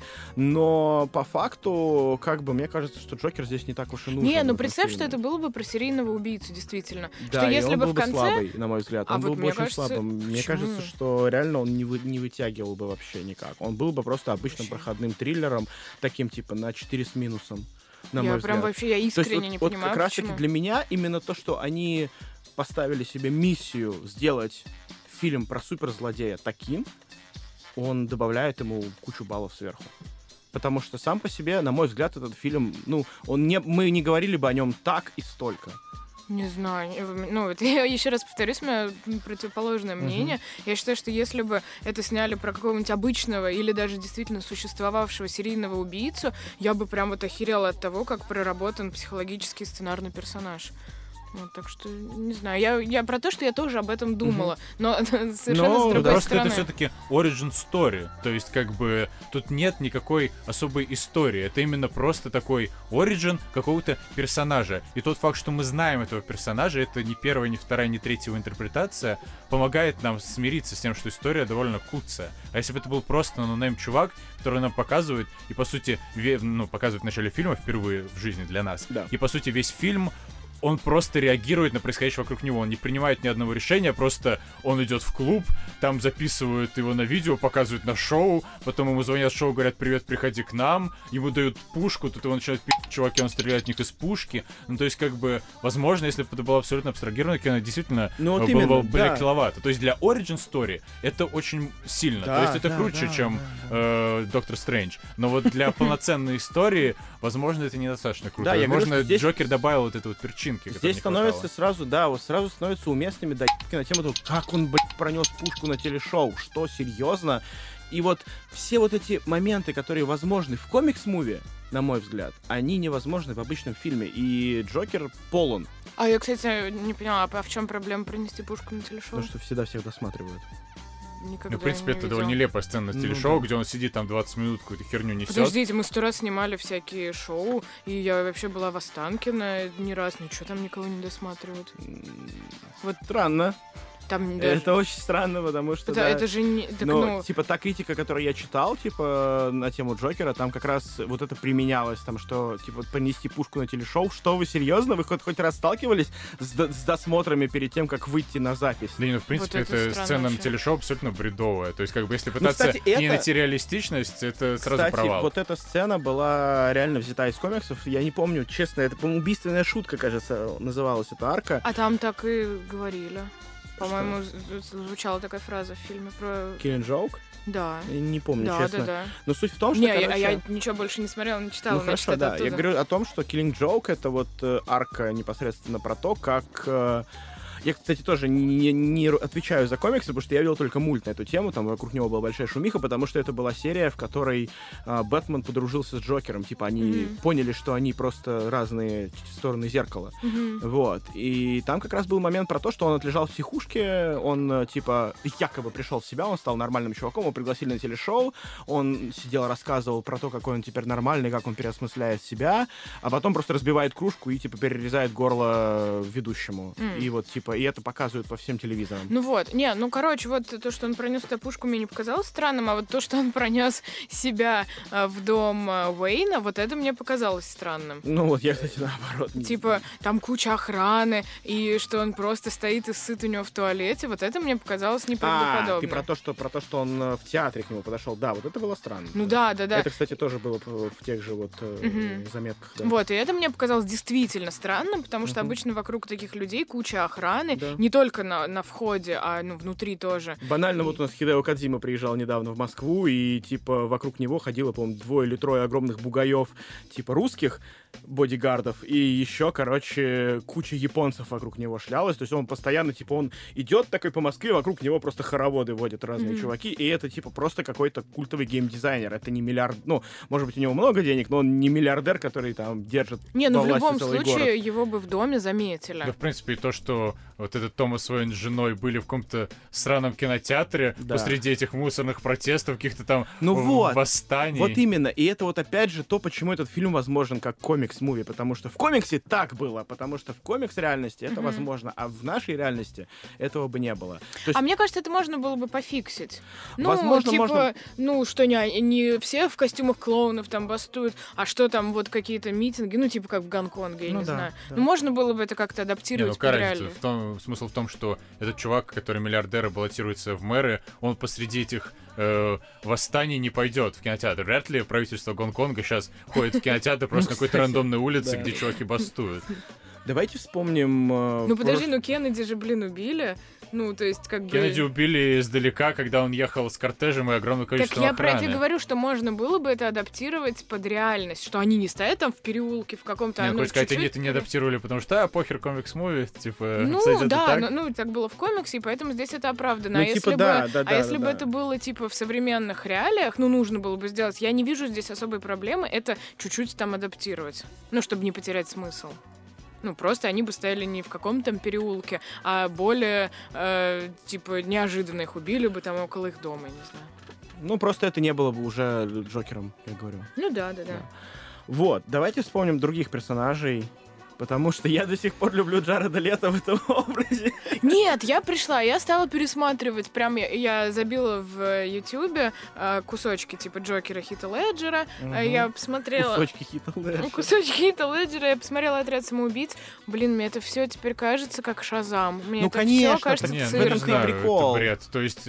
но по факту, как бы, мне кажется, что Джокер здесь не так уж и нужен. Не, ну представь, что это было бы про серийного убийцу, действительно. Да, что и если он бы был в конце... бы слабый, на мой взгляд. Он был вот бы очень слабым. Мне кажется, что реально он не вытягивал бы вообще никак. Он был бы просто обычным проходным триллером, таким типа на 4 с минусом, на мой взгляд. Вообще, я искренне не понимаю, как раз-таки для меня именно то, что они поставили себе миссию сделать фильм про суперзлодея таким, он добавляет ему кучу баллов сверху. Потому что сам по себе, на мой взгляд, этот фильм, мы не говорили бы о нем так и столько. Не знаю. Это я еще раз повторюсь, мое противоположное мнение. Я считаю, что если бы это сняли про какого-нибудь обычного или даже действительно существовавшего серийного убийцу, я бы прям вот охерела от того, как проработан психологический сценарный персонаж. Так что, не знаю, я про то, что я тоже об этом думала, но совершенно с другой просто стороны. Это все-таки origin story, то есть как бы тут нет никакой особой истории, это именно просто такой origin какого-то персонажа, и тот факт, что мы знаем этого персонажа, это не первая, не вторая, не третья его интерпретация, помогает нам смириться с тем, что история довольно куцая. А если бы это был просто нонейм чувак, который нам показывает, и по сути, показывает в начале фильма впервые в жизни для нас, и по сути весь фильм он просто реагирует на происходящее вокруг него. Он не принимает ни одного решения, просто он идет в клуб, там записывают его на видео, показывают на шоу, потом ему звонят в шоу, говорят: привет, приходи к нам, ему дают пушку, тут его начинают пи***ть чуваки, он стреляет в них из пушки. То есть, как бы, возможно, если бы это было абсолютно абстрагированное кино, действительно было бы более киловатто. То есть, для origin story это очень сильно. То есть, это круче, чем Доктор Стрэндж. Но вот для полноценной истории, возможно, это недостаточно круто. Возможно, Джокер добавил вот эту вот перчинки. Здесь становится сразу становятся уместными доебки на тему того, как он, пронес пушку на телешоу, что, серьезно? И вот все вот эти моменты, которые возможны в комикс-муви, на мой взгляд, они невозможны в обычном фильме, и Джокер полон. А я, кстати, не поняла, а в чем проблема принести пушку на телешоу? Потому что всегда всех досматривают. Никогда в принципе, это довольно нелепая сцена с телешоу, где он сидит там 20 минут, какую-то херню несет. Подождите, мы 100 раз снимали всякие шоу, и я вообще была в Останкино ни раз, ничего там никого не досматривают. Вот странно. Там это очень странно, потому что... Это же не... типа, та критика, которую я читал, типа, на тему Джокера, там как раз вот это применялось, там, что, типа, понести пушку на телешоу. Что вы, серьезно? Вы хоть раз сталкивались с досмотрами перед тем, как выйти на запись? Да, в принципе, вот эта сцена на телешоу абсолютно бредовая. То есть, как бы, если пытаться не найти реалистичность, это сразу провал. Кстати, вот эта сцена была реально взята из комиксов. Я не помню, честно, это, по-моему, убийственная шутка, кажется, называлась эта арка. А там так и говорили. По-моему, звучала такая фраза в фильме про... Killing Joke? Да. Я не помню, честно. Да. Но суть в том, что, я ничего больше не смотрела, не читала. Хорошо, да. Я говорю о том, что Killing Joke — это вот арка непосредственно про то, как... Я, кстати, тоже не отвечаю за комиксы, потому что я видел только мульт на эту тему, там вокруг него была большая шумиха, потому что это была серия, в которой Бэтмен подружился с Джокером, типа они поняли, что они просто разные стороны зеркала. Вот. И там как раз был момент про то, что он отлежал в психушке, он, типа, якобы пришел в себя, он стал нормальным чуваком, его пригласили на телешоу, он сидел, рассказывал про то, какой он теперь нормальный, как он переосмысляет себя, а потом просто разбивает кружку и, типа, перерезает горло ведущему. И вот, типа, и это показывают по всем телевизорам. Короче, вот то, что он пронес эту пушку, мне не показалось странным, а вот то, что он пронес себя в дом Уэйна, вот это мне показалось странным. Я, кстати, наоборот. Типа, там куча охраны, и что он просто стоит и сыт у него в туалете, вот это мне показалось неправдоподобно. Ты про то, что он в театре к нему подошел. Да, вот это было странно. Да. Это, кстати, тоже было в тех же вот заметках. Да. Вот, и это мне показалось действительно странным, потому что обычно вокруг таких людей куча охраны, не только на входе, а внутри тоже. Банально, вот у нас Хидео Кодзима приезжал недавно в Москву, и типа вокруг него ходило, по-моему, 2 или 3 огромных бугаев, типа русских бодигардов, и еще, куча японцев вокруг него шлялась, то есть он постоянно, типа, он идет такой по Москве, вокруг него просто хороводы водят разные чуваки, и это, типа, просто какой-то культовый геймдизайнер, это не миллиард, может быть, у него много денег, но он не миллиардер, который там держит в любом случае его бы в доме заметили. Да, в принципе, и то, что вот этот Томас Уэйн с женой были в каком-то сраном кинотеатре посреди этих мусорных протестов, каких-то там восстаний. Вот именно, и это вот опять же то, почему этот фильм возможен как комикс-муви, потому что в комиксе так было, потому что в комикс-реальности это возможно, а в нашей реальности этого бы не было. А мне кажется, это можно было бы пофиксить. Возможно, можно... что не все в костюмах клоунов там бастуют, а что там вот какие-то митинги, типа как в Гонконге, я не знаю. Да. Можно было бы это как-то адаптировать под реальность. Смысл в том, что этот чувак, который миллиардер, баллотируется в мэры, он посреди этих восстаний не пойдет в кинотеатр. Вряд ли правительство Гонконга сейчас ходит в кинотеатр просто на какой-то рандомной улице, где чуваки бастуют. Давайте вспомним... Ну подожди, Кеннеди же, убили. Ну, то есть, как бы... Кеннеди убили издалека, когда он ехал с кортежем и огромным количеством охраны. Так я про это говорю, что можно было бы это адаптировать под реальность, что они не стоят там в переулке в каком-то... Не, хочешь сказать, они это не адаптировали, потому что, похер, комикс-муви, типа, ну, да, ну, так было в комиксе, и поэтому здесь это оправдано. Ну, если бы это было, типа, в современных реалиях, ну, нужно было бы сделать, я не вижу здесь особой проблемы, это чуть-чуть там адаптировать, ну, чтобы не потерять смысл. Ну, просто они бы стояли не в каком-то там переулке, а более, типа, неожиданно их убили бы там около их дома, я не знаю. Ну, просто это не было бы уже Джокером, я говорю. Ну, да. Вот, давайте вспомним других персонажей, потому что я до сих пор люблю Джареда Лето в этом образе. Нет, я стала пересматривать, прям я забила в Ютубе кусочки типа Джокера, Хита Леджера, я посмотрела... Кусочки Хита Леджера. Кусочки Хита Леджера, я посмотрела «Отряд самоубийц». Блин, мне это все теперь кажется как Шазам. Мне ну, это конечно, все кажется цирком. это прикол. Это бред. То есть...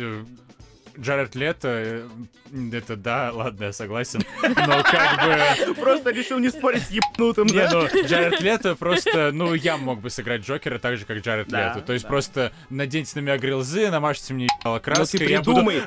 Джаред Лето, это да, ладно, я согласен, но как бы... Просто решил не спорить с ебнутым, да? Не, ну, Джаред Лето просто, ну, я мог бы сыграть Джокера так же, как Джаред Лето. То есть просто наденьте на меня грилзы, намажьте мне ебало краской, ну, ты придумай.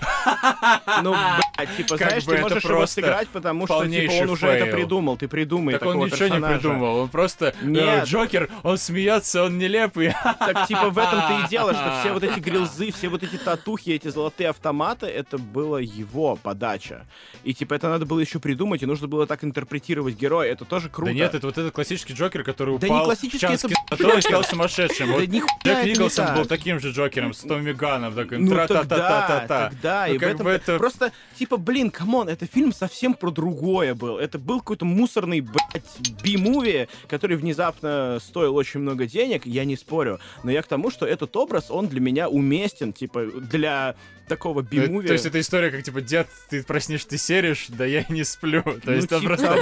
Ну, блядь, типа, знаешь, ты можешь его сыграть, потому что, типа, он уже это придумал, ты придумай такого персонажа. Так он ничего не придумал, он просто Джокер, он смеется, он нелепый. Так, типа, в этом-то и дело, что все вот эти грилзы, все вот эти татухи, эти золотые автоматы, это было его подача. И, типа, это надо было еще придумать, и нужно было так интерпретировать героя. Это тоже круто. Да нет, это вот этот классический Джокер, который упал не классический, в час кинотеатра и стал сумасшедшим. Вот Джек Николсон был таким же Джокером, с Томми Ганном, таким тра-та-та-та-та-та. Да, и в этом... Это... Просто, типа, блин, камон, это фильм совсем про другое был. Это был какой-то мусорный, блядь, би-муви, который внезапно стоил очень много денег, я не спорю. Но я к тому, что этот образ, он для меня уместен, типа, для такого би-муви. То есть это история, как, типа, дед, ты проснешь, ты серишь, да я не сплю. То есть он просто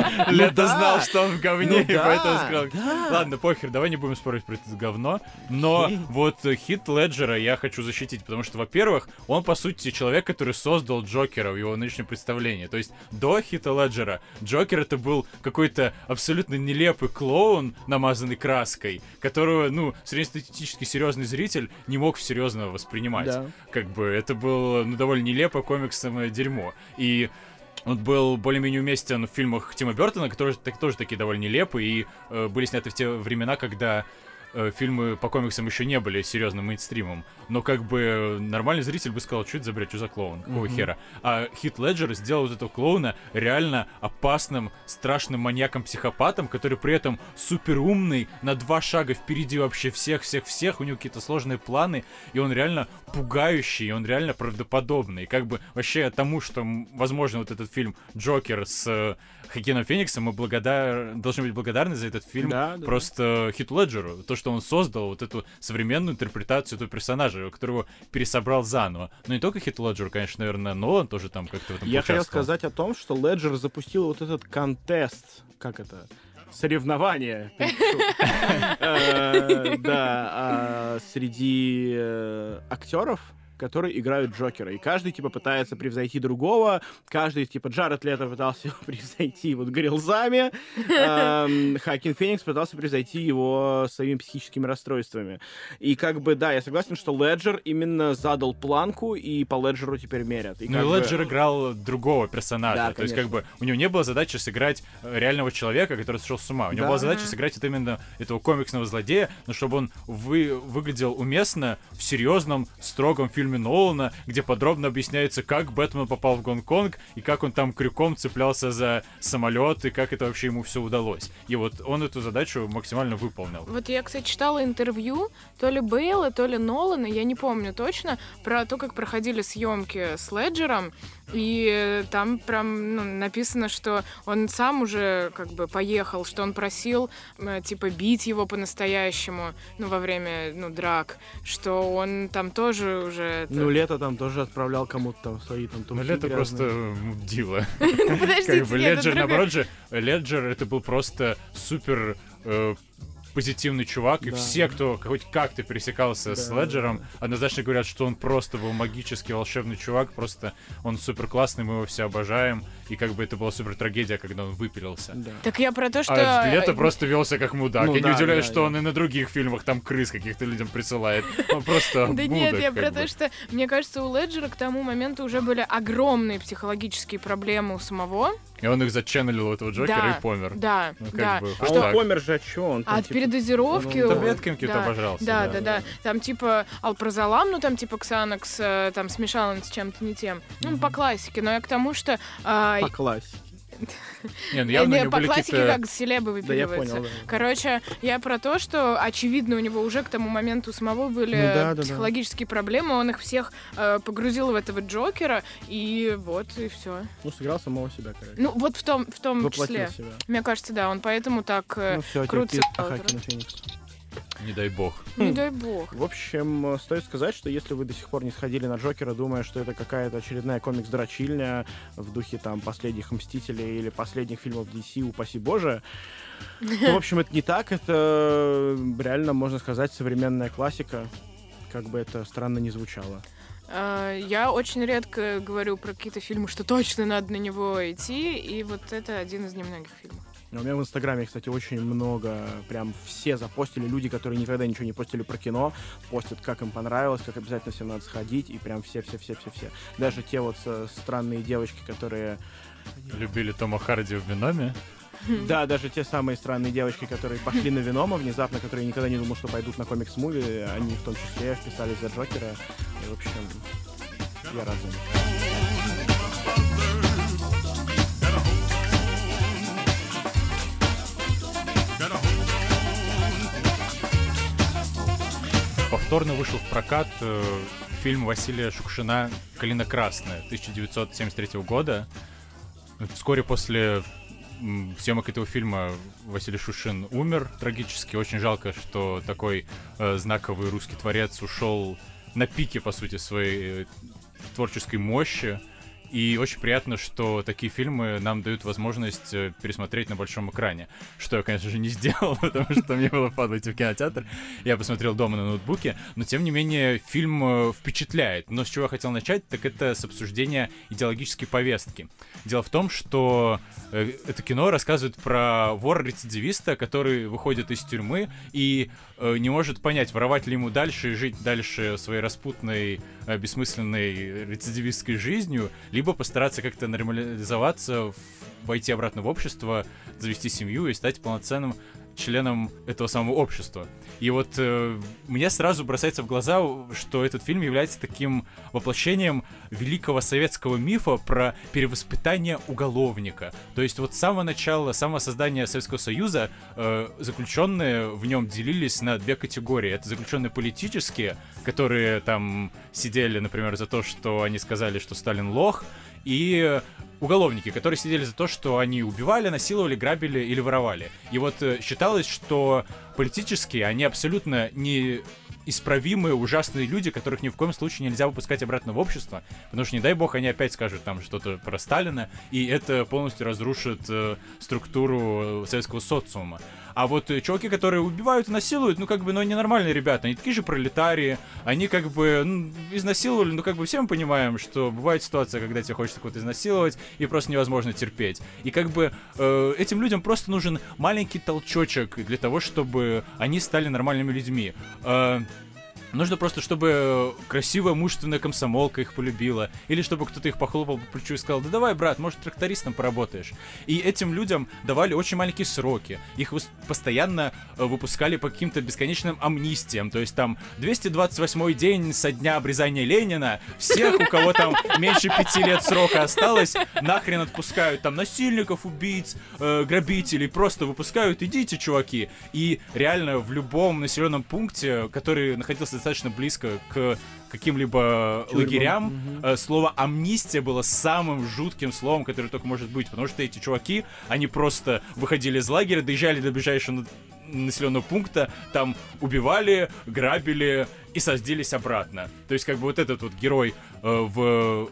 Лето знал, что он в говне, и поэтому сказал... Ладно, похер, давай не будем спорить про это говно. Но вот Хит Леджера я хочу защитить, потому что, во-первых, он, по сути, человек, который создал Джокера в его нынешнем представлении. То есть до Хита Леджера Джокер это был какой-то абсолютно нелепый клоун, намазанный краской, которого, ну, среднестатистически серьезный зритель не мог серьезно воспринимать. Да. Как бы это было, ну, довольно нелепое комиксовое дерьмо. И он был более-менее уместен в фильмах Тима Бёртона, которые тоже такие довольно нелепые и были сняты в те времена, когда фильмы по комиксам еще не были серьезным мейнстримом. Но как бы нормальный зритель бы сказал, что это за бред, что за клоун, какого хера. А Хит Леджер сделал вот этого клоуна реально опасным, страшным маньяком-психопатом, который при этом супер умный, на 2 шага впереди вообще всех, у него какие-то сложные планы, и он реально пугающий, и он реально правдоподобный. И как бы вообще тому, что, возможно, вот этот фильм «Джокер» с Хоакином Фениксом, мы должны быть благодарны за этот фильм просто Хиту Леджеру. То, что он создал вот эту современную интерпретацию этого персонажа, которого пересобрал заново. Но не только Хиту Леджеру, конечно, наверное, Нолан тоже там как-то в этом Я хотел сказать о том, что Леджер запустил вот этот контест, как это... Соревнования среди актеров, которые играют Джокера. И каждый, типа, пытается превзойти другого. Каждый, типа, Джаред Лето пытался его превзойти вот грилзами. Хоакин Феникс пытался превзойти его своими психическими расстройствами. И, как бы, да, я согласен, что Леджер именно задал планку, и по Леджеру теперь мерят. И, ну, и Леджер играл другого персонажа. Да, то есть, как бы, у него не было задачи сыграть реального человека, который сошел с ума. У него была задача сыграть вот именно этого комиксного злодея, но чтобы он выглядел уместно в серьезном, строгом фильме Нолана, где подробно объясняется, как Бэтмен попал в Гонконг, и как он там крюком цеплялся за самолет, и как это вообще ему все удалось. И вот он эту задачу максимально выполнил. Вот я, кстати, читала интервью то ли Бейла, то ли Нолана, я не помню точно, про то, как проходили съемки с Леджером, и там прям написано, что он сам уже как бы поехал, что он просил типа бить его по-настоящему, во время драк, что он там тоже уже... Лето там тоже отправлял кому-то там свои там тумхи. Лето просто дило. Подождите, Леджер, наоборот же, Леджер это был просто супер позитивный чувак, и все, кто хоть как-то пересекался с Леджером, однозначно говорят, что он просто был магический, волшебный чувак, просто он супер классный, мы его все обожаем, и как бы это была супер трагедия, когда он выпилился. Так я про то, что... А Лето просто велся как мудак. Я не удивляюсь, что он и на других фильмах там крыс каких-то людям присылает. Он просто да нет, я про то, что, мне кажется, у Леджера к тому моменту уже были огромные психологические проблемы у самого. И он их заченнелил, этого Джокера, и помер. Да, да. Он помер же от чего? Он от передозировки. Таблетками какие-то обожрался. Да. Там типа алпрозолам, ну там типа Ксанокс, там смешал он с чем-то не тем. Ну, по классике, но я к тому, что... По классике. Не, по классике как селебы выпиливаются. Да, я понял, да. Короче, я про то, что, очевидно, у него уже к тому моменту самого были психологические проблемы, он их всех погрузил в этого Джокера, и вот, и все. Ну, сыграл самого себя, короче. Ну, вот в том числе. Себя. Мне кажется, да, он поэтому так круто. Не дай бог. Не дай бог. В общем, стоит сказать, что если вы до сих пор не сходили на Джокера, думая, что это какая-то очередная комикс-дрочильня в духе там последних Мстителей или последних фильмов DC, упаси боже, то, в общем, это не так. Это реально, можно сказать, современная классика, как бы это странно ни звучало. Я очень редко говорю про какие-то фильмы, что точно надо на него идти, и вот это один из немногих фильмов. У меня в Инстаграме, кстати, очень много, прям все запостили, люди, которые никогда ничего не постили про кино, постят, как им понравилось, как обязательно всем надо сходить, и прям все. Даже те вот странные девочки, которые... Любили Тома Харди в Веноме. Да, даже те самые странные девочки, которые пошли на Венома внезапно, которые никогда не думал, что пойдут на комикс-муви, они в том числе вписались за Джокера, и, в общем, я рад за них. Повторно вышел в прокат фильм Василия Шукшина «Калина красная» 1973 года. Вскоре после съемок этого фильма Василий Шукшин умер трагически. Очень жалко, что такой знаковый русский творец ушел на пике, по сути, своей творческой мощи. И очень приятно, что такие фильмы нам дают возможность пересмотреть на большом экране. Что я, конечно же, не сделал, потому что мне было падло идти в кинотеатр. Я посмотрел дома на ноутбуке. Но, тем не менее, фильм впечатляет. Но с чего я хотел начать, так это с обсуждения идеологической повестки. Дело в том, что это кино рассказывает про вора-рецидивиста, который выходит из тюрьмы и не может понять, воровать ли ему дальше и жить дальше своей распутной, бессмысленной рецидивистской жизнью, либо постараться как-то нормализоваться, войти обратно в общество, завести семью и стать полноценным членом этого самого общества. И вот мне сразу бросается в глаза, что этот фильм является таким воплощением великого советского мифа про перевоспитание уголовника. То есть вот с самого начала, с самого создания Советского Союза заключенные в нем делились на две категории. Это заключенные политические, которые там сидели, например, за то, что они сказали, что Сталин лох, и уголовники, которые сидели за то, что они убивали, насиловали, грабили или воровали. И вот считалось, что политически они абсолютно неисправимые, ужасные люди, которых ни в коем случае нельзя выпускать обратно в общество, потому что, не дай бог, они опять скажут там что-то про Сталина, и это полностью разрушит структуру советского социума. А вот чуваки, которые убивают и насилуют, они нормальные ребята, они такие же пролетарии, они изнасиловали, все мы понимаем, что бывает ситуация, когда тебе хочется кого-то изнасиловать, и просто невозможно терпеть. И этим людям просто нужен маленький толчочек для того, чтобы они стали нормальными людьми. Нужно просто, чтобы красивая, мужественная комсомолка их полюбила. Или чтобы кто-то их похлопал по плечу и сказал: да давай, брат, может, трактористом поработаешь. И этим людям давали очень маленькие сроки. Их постоянно выпускали по каким-то бесконечным амнистиям. То есть там 228-й день со дня обрезания Ленина. Всех, у кого там меньше 5 лет срока осталось, нахрен отпускают. Там насильников, убийц, грабителей просто выпускают. Идите, чуваки. И реально в любом населенном пункте, который находился достаточно близко к каким-либо лагерям, слово «амнистия» было самым жутким словом, которое только может быть, потому что эти чуваки, они просто выходили из лагеря, доезжали до ближайшего населенного пункта, там убивали, грабили и садились обратно. То есть вот этот вот герой в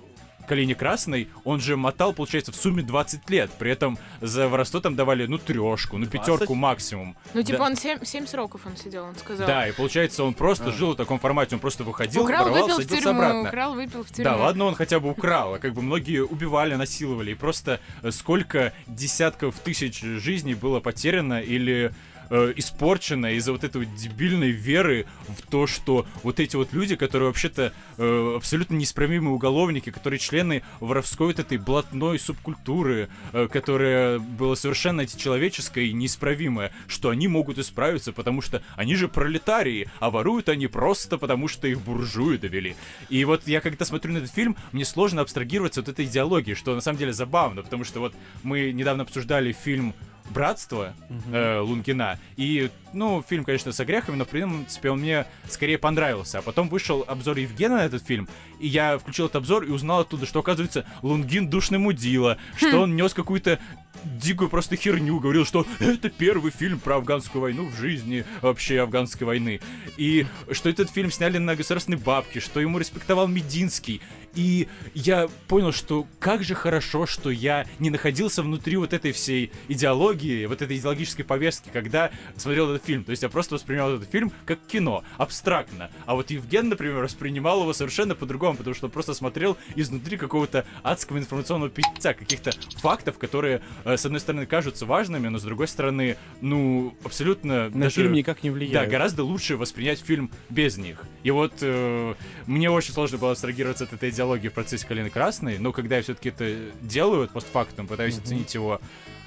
«Калине Красной» он же мотал, получается, в сумме 20 лет. При этом за воровство там давали, 3, 5 максимум. Он 7 сроков он сидел, он сказал. Да, и получается, он просто жил в таком формате, он просто выходил, воровал, садился обратно. Украл, выпил в тюрьму. Да, ладно, он хотя бы украл, а как бы многие убивали, насиловали, и просто сколько десятков тысяч жизней было потеряно или испорчена из-за вот этой вот дебильной веры в то, что вот эти вот люди, которые вообще-то абсолютно неисправимые уголовники, которые члены воровской вот этой блатной субкультуры, которая была совершенно античеловеческая и неисправимая, что они могут исправиться, потому что они же пролетарии, а воруют они просто потому, что их буржуи довели. И вот я когда смотрю на этот фильм, мне сложно абстрагироваться от этой идеологии, что на самом деле забавно, потому что вот мы недавно обсуждали фильм «Братство» Лунгина. И, фильм, конечно, с огрехами, но, в принципе, он мне скорее понравился. А потом вышел обзор Евгена на этот фильм, и я включил этот обзор и узнал оттуда, что, оказывается, Лунгин душный мудила, что он нес какую-то дикую просто херню, говорил, что это первый фильм про афганскую войну в жизни вообще афганской войны. И что этот фильм сняли на государственные бабки, что ему респектовал Мединский. И я понял, что как же хорошо, что я не находился внутри вот этой всей идеологии, вот этой идеологической повестки, когда смотрел этот фильм. То есть я просто воспринимал этот фильм как кино, абстрактно. А вот Евген, например, воспринимал его совершенно по-другому, потому что он просто смотрел изнутри какого-то адского информационного пи***ца, каких-то фактов, которые, с одной стороны, кажутся важными, но с другой стороны, абсолютно... На фильм никак не влияют. Да, гораздо лучше воспринять фильм без них. И вот мне очень сложно было абстрагироваться от этой идеологии в процессе «Калины Красной», но когда я все-таки это делаю постфактум, пытаюсь оценить его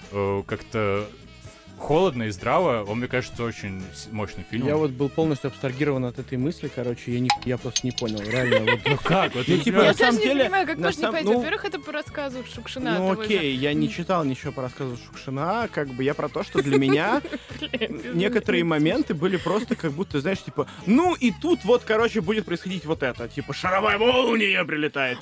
как-то холодно и здраво, он, мне кажется, очень мощный фильм. Я вот был полностью абстрагирован от этой мысли, я просто не понял, реально. Как? Я даже не понимаю, как можно не понять. Во-первых, это по рассказу Шукшина. Окей, я не читал ничего по рассказу Шукшина, я про то, что для меня некоторые моменты были просто как будто, знаешь, и тут будет происходить вот это, шаровая молния прилетает.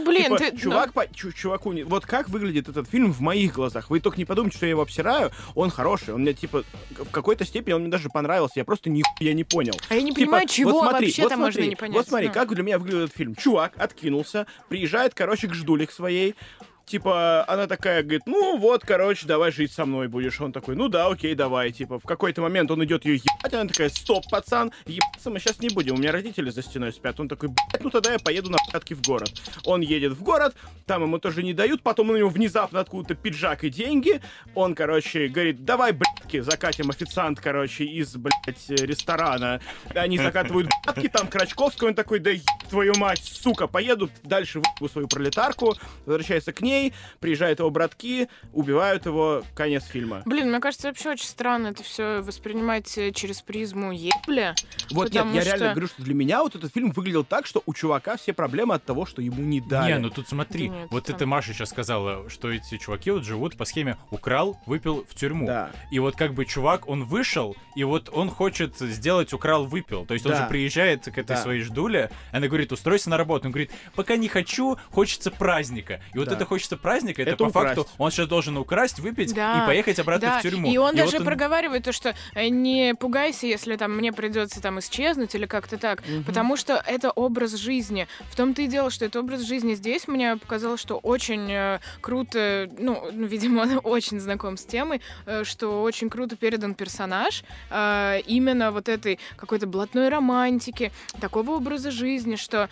Чуваку, вот как выглядит этот фильм в моих глазах? Вы только не подумайте, что я его обсираю, он хороший. Он мне, в какой-то степени он мне даже понравился. Я просто нихуя не понял. А я не понимаю, чего вообще-то можно не понять. Вот смотри, как для меня выглядит этот фильм. Чувак откинулся, приезжает, к ждуле к своей. Она такая, говорит, давай жить со мной будешь. Он такой, да, окей, давай. В какой-то момент он идет ее ебать, она такая, стоп, пацан, ебаться мы сейчас не будем, у меня родители за стеной спят. Он такой, тогда я поеду на п***ки в город. Он едет в город, там ему тоже не дают, потом у него внезапно откуда-то пиджак и деньги. Он, говорит, давай, блядки, закатим официант, из, ресторана. Они закатывают блядки, там Крачковская, он такой, да твою мать, сука, поеду дальше в свою пролетарку, возвращается к ней, приезжают его братки, убивают его, конец фильма. Блин, мне кажется, вообще очень странно это все воспринимать через призму ебля. Вот нет, я реально говорю, что для меня вот этот фильм выглядел так, что у чувака все проблемы от того, что ему не дали. Не, тут смотри, это Маша сейчас сказала, что эти чуваки живут по схеме украл, выпил в тюрьму. Да. И вот чувак, он вышел, и вот он хочет сделать украл, выпил. То есть он же приезжает к этой своей ждуле, она говорит, устройся на работу. Он говорит, пока не хочу, хочется праздника. И вот это хочется праздника, это по факту он сейчас должен украсть, выпить и поехать обратно в тюрьму. И он даже проговаривает то, что не пугайся, если мне придется исчезнуть или как-то так, потому что это образ жизни. В том-то и дело, что это образ жизни. Здесь мне показалось, что очень круто, видимо, он очень знаком с темой, что очень круто передан персонаж именно вот этой какой-то блатной романтики, такого образа жизни, что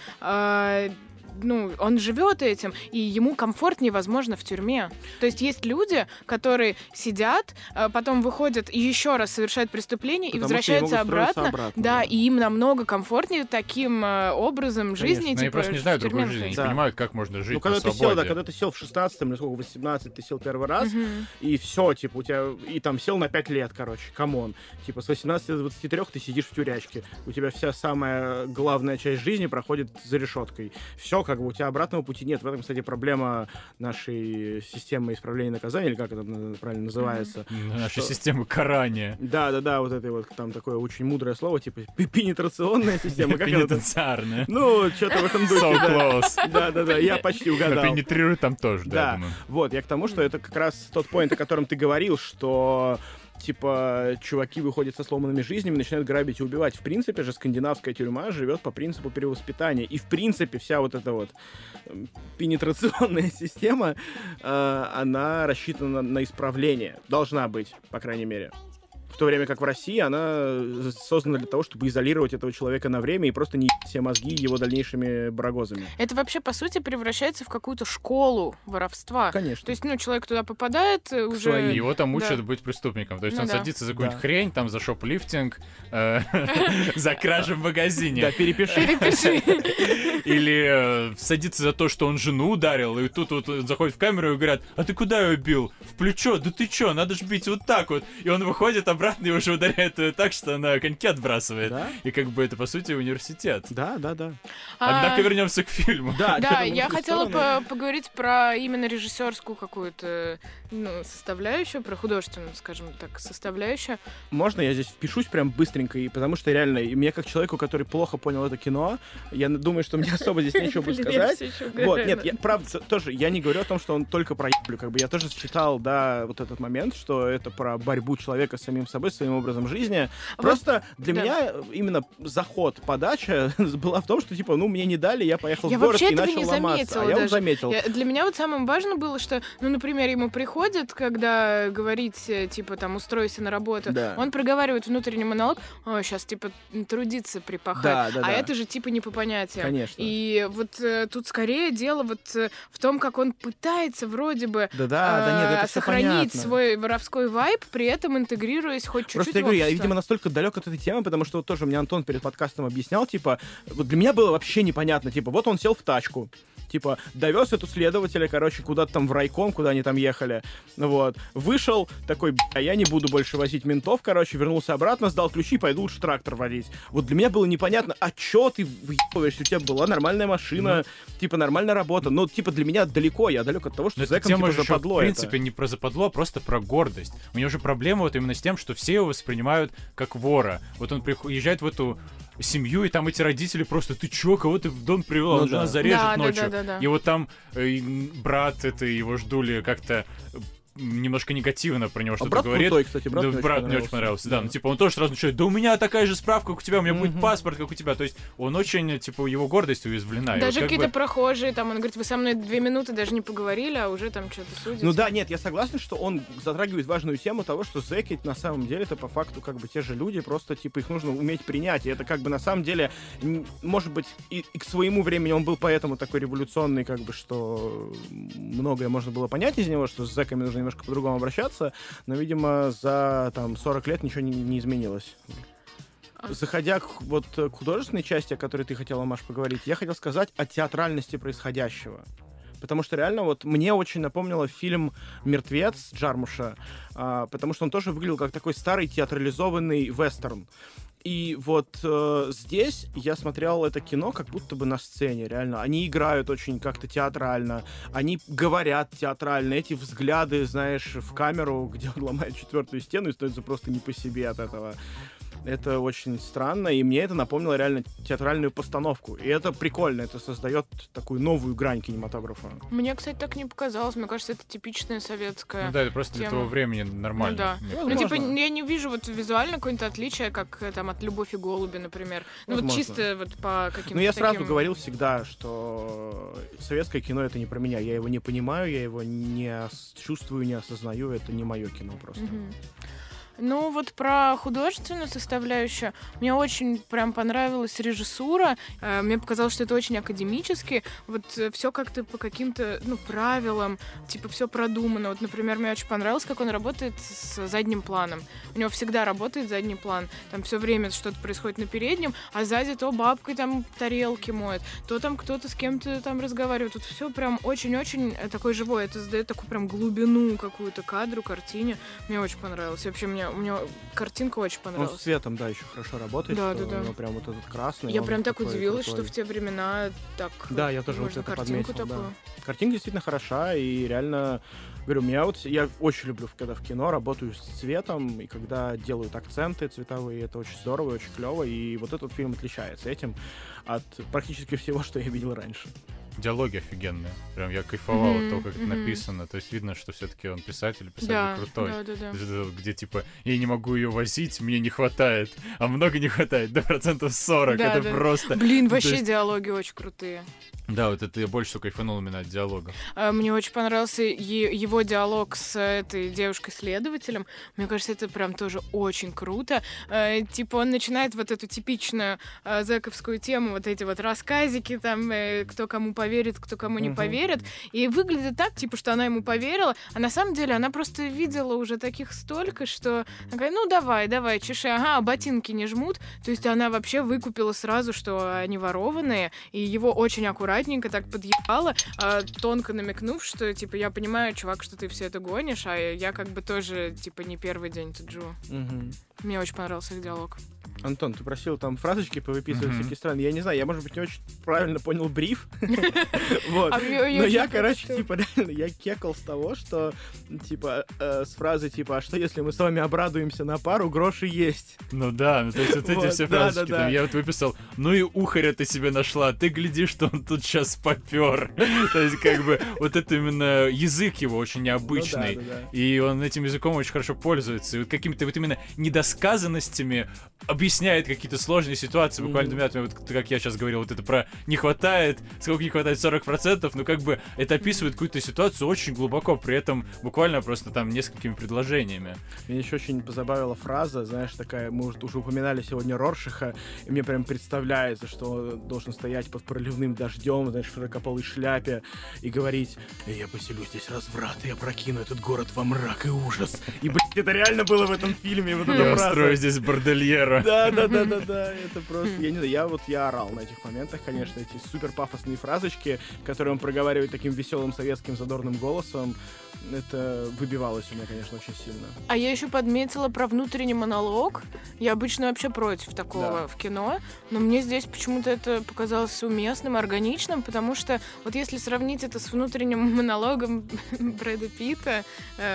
он живет этим, и ему комфортнее, возможно, в тюрьме. То есть есть люди, которые сидят, потом выходят и еще раз совершают преступление и возвращаются обратно. Да, и им намного комфортнее таким образом жизни. Я просто не знаю другой жизни, не понимаю, как можно жить на свободе. Когда ты сел в 16-м, или сколько, 18, ты сел первый раз, и все, у тебя, и там сел на 5 лет, камон. С 18 до 23 ты сидишь в тюрячке. У тебя вся самая главная часть жизни проходит за решеткой. Все, у тебя обратного пути нет. В этом, кстати, проблема нашей системы исправления наказания, или как это правильно называется. Наша система карания. Да, вот это там такое очень мудрое слово, пенетрационная система. Пенитенциарная. Что-то в этом духе. So close. Да, я почти угадал. Пенетрирует там тоже, да, я к тому, что это как раз тот поинт, о котором ты говорил, что типа, чуваки выходят со сломанными жизнями, начинают грабить и убивать. В принципе же, скандинавская тюрьма живет по принципу перевоспитания. И, в принципе, вся вот эта вот пенетрационная система, она рассчитана на исправление. Должна быть, по крайней мере. В то время как в России она создана для того, чтобы изолировать этого человека на время и просто не ебать все мозги его дальнейшими барагозами. Это вообще, по сути, превращается в какую-то школу воровства. Конечно. То есть, человек туда попадает уже... Его там учат быть преступником. То есть он садится за какую-нибудь хрень, там за шоп-лифтинг, за кражу в магазине. Да, перепиши. Или садится за то, что он жену ударил, и тут вот заходит в камеру и говорят: а ты куда ее бил? В плечо? Да ты чё? Надо ж бить вот так вот. И он выходит обратно и уже ударяет ее так, что она коньки отбрасывает. Да? И как бы это, по сути, университет. Да. Однако вернемся к фильму. Да, я хотела поговорить про именно режиссерскую какую-то составляющую, про художественную, скажем так, составляющую. Можно я здесь впишусь прям быстренько, потому что реально, мне как человеку, который плохо понял это кино, я думаю, что мне особо здесь нечего будет сказать. Вот, нет, я, правда, тоже, я не говорю о том, что он только про ебля, как бы я тоже считал, да, вот этот момент, что это про борьбу человека с самим собой, с своим образом жизни. Просто для меня именно заход, подача была в том, что, типа, мне не дали, я поехал в город и начал ломаться. А я вот заметил. Для меня вот самым важным было, что, например, ему приходит, когда говорить, типа, там, устройся на работу, он проговаривает внутренний монолог: сейчас, типа, трудиться припахать. Это же, типа, не по понятиям. Конечно. И вот тут скорее дело вот в том, как он пытается вроде бы сохранить свой воровской вайб, при этом интегрируясь хоть чуть-чуть. Просто я говорю, я, видимо, настолько далек от этой темы, потому что вот тоже мне Антон перед подкастом объяснял, типа, вот для меня было вообще непонятно, типа, вот он сел в тачку, типа, довез эту следователя, куда-то там в райком, куда они там ехали, вот, вышел, такой, я не буду больше возить ментов, вернулся обратно, сдал ключи, пойду лучше трактор водить. Вот для меня было непонятно, а чё ты выебываешься, у тебя была нормальная машина, типа, нормальная работа, но, типа, для меня далеко, я далек от того, что зэком, типа, западло это. В принципе, не про западло, а просто про гордость. У него же проблема вот именно с тем, что все его воспринимают как вора. Вот он приезжает в эту семью, и там эти родители просто: ты чё, кого ты в дом привела? Он же нас зарежет ночью. Да. И вот там брат его ждули как-то немножко негативно про него что-то говорит. Крутой, кстати, брат мне очень понравился. Да, он тоже сразу начинает: да у меня такая же справка, как у тебя, у меня будет паспорт, как у тебя. То есть он очень, типа, его гордость уязвлена. Даже какие-то прохожие, там, он говорит: вы со мной 2 минуты даже не поговорили, а уже там что-то судите. Нет, я согласен, что он затрагивает важную тему того, что зэки на самом деле это по факту как бы те же люди, просто, типа, их нужно уметь принять. И это как бы на самом деле, может быть, и к своему времени он был поэтому такой революционный, как бы, что многое можно было понять из него, что с зэками нужно немножко по-другому обращаться, но, видимо, за 40 лет ничего не изменилось. Заходя к художественной части, о которой ты хотела, Маш, поговорить, я хотел сказать о театральности происходящего. Потому что реально мне очень напомнило фильм «Мертвец» Джармуша, потому что он тоже выглядел как такой старый театрализованный вестерн. И вот здесь я смотрел это кино как будто бы на сцене, реально. Они играют очень как-то театрально, они говорят театрально. Эти взгляды, знаешь, в камеру, где он ломает 4-ю стену и становится просто не по себе от этого. Это очень странно, и мне это напомнило реально театральную постановку. И это прикольно, это создает такую новую грань кинематографа. Мне, кстати, так не показалось. Мне кажется, это типичная советская это просто тема. для того времени нормально. Типа, я не вижу визуально какое-то отличие, как там от «Любовь и голуби», например. Чисто по каким-то я сразу говорил всегда, что советское кино — это не про меня. Я его не понимаю, я его не чувствую, не осознаю. Это не мое кино просто. Про художественную составляющую мне очень прям понравилась режиссура. Мне показалось, что это очень академически. Все как-то по каким-то, правилам, типа, все продумано. Например, мне очень понравилось, как он работает с задним планом. У него всегда работает задний план. Там все время что-то происходит на переднем, а сзади то бабкой там тарелки моет, то там кто-то с кем-то там разговаривает. Тут все прям очень-очень такое живое. Это задает такую прям глубину какую-то кадру, картине. Мне очень понравилось. Вообще, у меня картинка очень понравилась. Он с цветом, да, еще хорошо работает. Да. У него прям вот этот красный. Я прям так удивилась, что в те времена так. Да, я тоже можно это картинку подметил. такую. Да. Картинка действительно хороша, и реально, говорю, я очень люблю, когда в кино работаю с цветом, и когда делают акценты цветовые, это очень здорово и очень клево, и вот этот фильм отличается этим от практически всего, что я видел раньше. диалоги офигенные. Прям я кайфовал от того, как это мгм. написано. То есть видно, что все-таки он писатель Да, крутой. да. Где типа я не могу ее возить, мне не хватает, а много не хватает, до 40%. Да, Это да. просто. Блин, То вообще есть- диалоги очень крутые. Да, вот это я больше всего кайфанул именно от диалога. Мне очень понравился его диалог с этой девушкой-следователем. Мне кажется, это прям тоже очень круто. Типа он начинает вот эту типичную зэковскую тему, вот эти вот рассказики, там, кто кому поверит, кто кому не поверит. И выглядит так, типа, что она ему поверила, а на самом деле она просто видела уже таких столько, что такая, ну давай, чеши, ага, ботинки не жмут. То есть она вообще выкупила сразу, что они ворованные, и его очень аккуратненько так подъебала, тонко намекнув, что, типа, я понимаю, чувак, что ты все это гонишь, а я как бы тоже, типа, не первый день тут живу. Мне очень понравился их диалог. Антон, ты просил там фразочки повыписывать Мгм. всякие страны. Я не знаю, я, может быть, не очень правильно понял бриф. Вот. А мне Но очень я, короче, понравилось, типа, реально, я кекал с того, что, типа, с фразы, типа, а что, если мы с вами обрадуемся на пару, гроши есть? Ну да, ну то есть вот эти Вот, все да, фразочки, да, там, да. я вот выписал, ну и ухаря ты себе нашла, ты гляди, что он тут сейчас попер. То есть как бы вот это именно язык его очень необычный. Ну да. И он этим языком очень хорошо пользуется. И вот какими-то вот именно недосказанностями объясняет какие-то сложные ситуации. Буквально двумя, вот как я сейчас говорил, вот это про не хватает, сколько не хватает 40%, ну как бы это описывает какую-то ситуацию очень глубоко, при этом буквально просто там несколькими предложениями. Меня еще очень позабавила фраза, знаешь, такая, мы уже упоминали сегодня Роршаха, и мне прям представляется, что он должен стоять под проливным дождем, знаешь, в широкополой шляпе и говорить: я поселю здесь разврат, и я прокину этот город во мрак и ужас. И, блядь, это реально было в этом фильме, вот эта Я фраза. устрою здесь бордельера. Да, это просто, я не знаю, я орал на этих моментах, конечно, эти супер пафосные фразочки, которые он проговаривает таким веселым советским задорным голосом, это выбивалось у меня, конечно, очень сильно. А я еще подметила про внутренний монолог. Я обычно вообще против такого Да. в кино, но мне здесь почему-то это показалось уместным, органичным, потому что вот если сравнить это с внутренним монологом Брэда Питта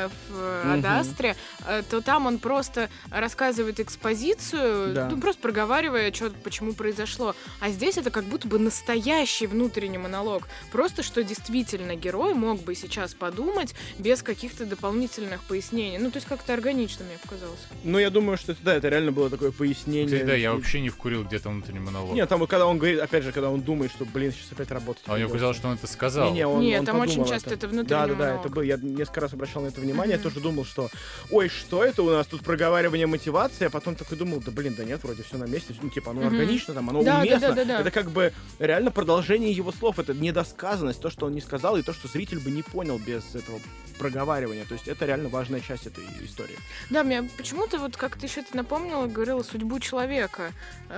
в «Ад Астре», то там он просто рассказывает экспозицию, Да. ну, просто проговаривая, что почему произошло. А здесь это как будто бы настоящий внутренний монолог. Просто что действительно герой мог бы сейчас подумать без каких-то дополнительных пояснений. Ну, то есть как-то органично мне показалось. Ну, я думаю, что это реально было такое пояснение. Кстати, да, я И- вообще не вкурил где-то внутренний монолог. Нет, там, когда он говорит, опять же, когда он думает, что, блин, сейчас опять работать. А мне придётся. показалось, что он это сказал. Не, он Нет, там очень подумал часто это внутренний Да, монолог. это было. Я несколько раз обращал на это внимание. Я тоже думал, что, ой, что это у нас тут проговаривание мотивации, а потом такой думал, да блин, да нет, вроде все на месте, ну типа оно органично, там, оно Да, уместно. да. Это как бы реально продолжение его слов, это недосказанность, то, что он не сказал, и то, что зритель бы не понял без этого проговаривания. То есть это реально важная часть этой истории. Да, мне почему-то вот как ты еще это напомнила, говорила судьбу человека.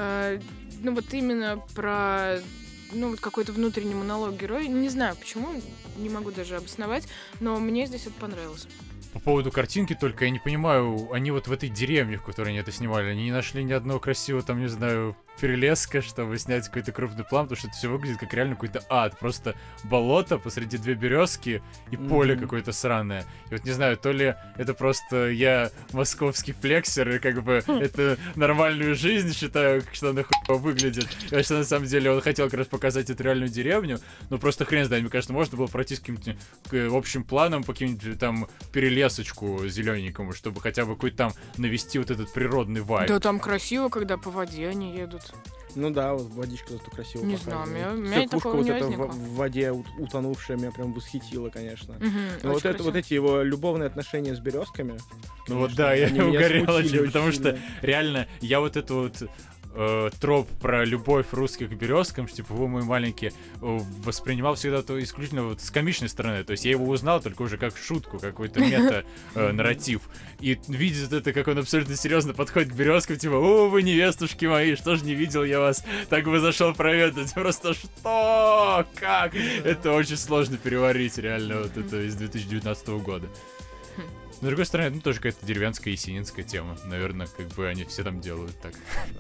Ну вот именно про вот какой-то внутренний монолог героя. Не знаю почему, не могу даже обосновать, но мне здесь это понравилось. По поводу картинки только, я не понимаю, они вот в этой деревне, в которой они это снимали, они не нашли ни одного красивого, там, не знаю, перелеска, чтобы снять какой-то крупный план, потому что это все выглядит как реально какой-то ад. Просто болото посреди две березки и поле какое-то сраное. И вот не знаю, то ли это просто я московский флексер, и как бы это нормальную жизнь считаю, что она хуево выглядит. И что на самом деле он хотел как раз показать эту реальную деревню, но просто хрен знает, мне кажется, можно было пройтись каким-то общим планом по каким-нибудь там перелесочку зелененькому, чтобы хотя бы какой-то там навести вот этот природный вайб. Да, там красиво, когда по воде они едут. Ну да, вот водичка зато красиво Не знаю, показывает. меня Психушка такого вот не эта возникло. в воде утонувшая меня прям восхитила, конечно. Но Очень вот эти его любовные отношения с березками. Ну вот конечно, да, я они меня угорел смутили очень, потому сильно. что реально я вот эту вот троп про любовь русских к березкам, что, типа, вы мой маленький, воспринимал всегда то исключительно вот с комичной стороны. То есть я его узнал только уже как шутку, какой-то мета-нарратив. И видит это, как он абсолютно серьезно подходит к березкам, типа, о, вы невестушки мои, что ж не видел я вас, так бы зашел проведать. Просто что? Как? Это очень сложно переварить, реально, вот это из 2019 года. Но, с другой стороны, ну, тоже какая-то деревенская есенинская тема. Наверное, как бы они все там делают так.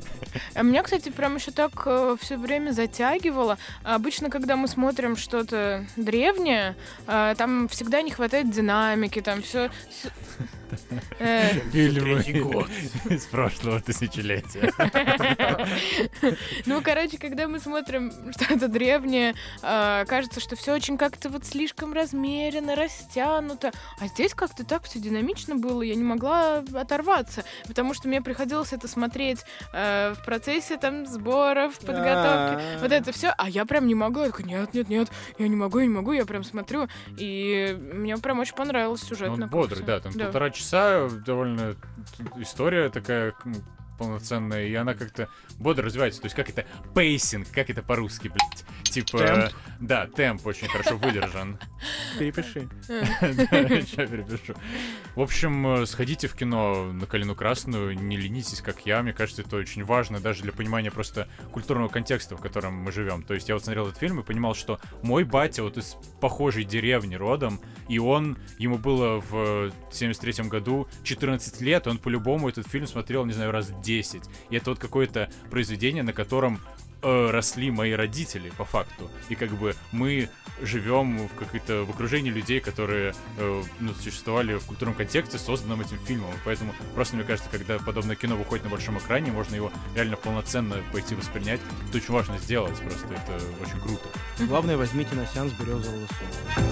А меня, кстати, прям еще так все время затягивало. Обычно, когда мы смотрим что-то древнее, там всегда не хватает динамики, там все... Фильмы из прошлого тысячелетия. Ну, короче, когда мы смотрим что-то древнее, кажется, что все очень как-то вот слишком размеренно, растянуто. А здесь как-то так все динамично было, я не могла оторваться, потому что мне приходилось это смотреть в процессе там сборов, подготовки. Вот это все. А я прям не могу. Я такая, нет, я не могу, я прям смотрю. И мне прям очень понравилось сюжет. Он бодрый, да, там 1,5 часа, довольно история такая полноценная, и она как-то бодро развивается. То есть как это пейсинг, как это по-русски, блядь? Типа, темп. Да, темп очень хорошо выдержан. Перепиши. Сейчас перепишу. В общем, сходите в кино на «Калину красную», не ленитесь, как я. Мне кажется, это очень важно даже для понимания просто культурного контекста, в котором мы живем. То есть я вот смотрел этот фильм и понимал, что мой батя вот из похожей деревни родом, и ему было в 73-м году 14 лет, он по-любому этот фильм смотрел, не знаю, раз 10. И это вот какое-то произведение, на котором росли мои родители, по факту. И как бы мы живем в окружении людей, которые существовали в культурном контексте, созданном этим фильмом. Поэтому просто, мне кажется, когда подобное кино выходит на большом экране, можно его реально полноценно пойти воспринять. Это очень важно сделать, просто это очень круто. Главное, возьмите на сеанс березового сока.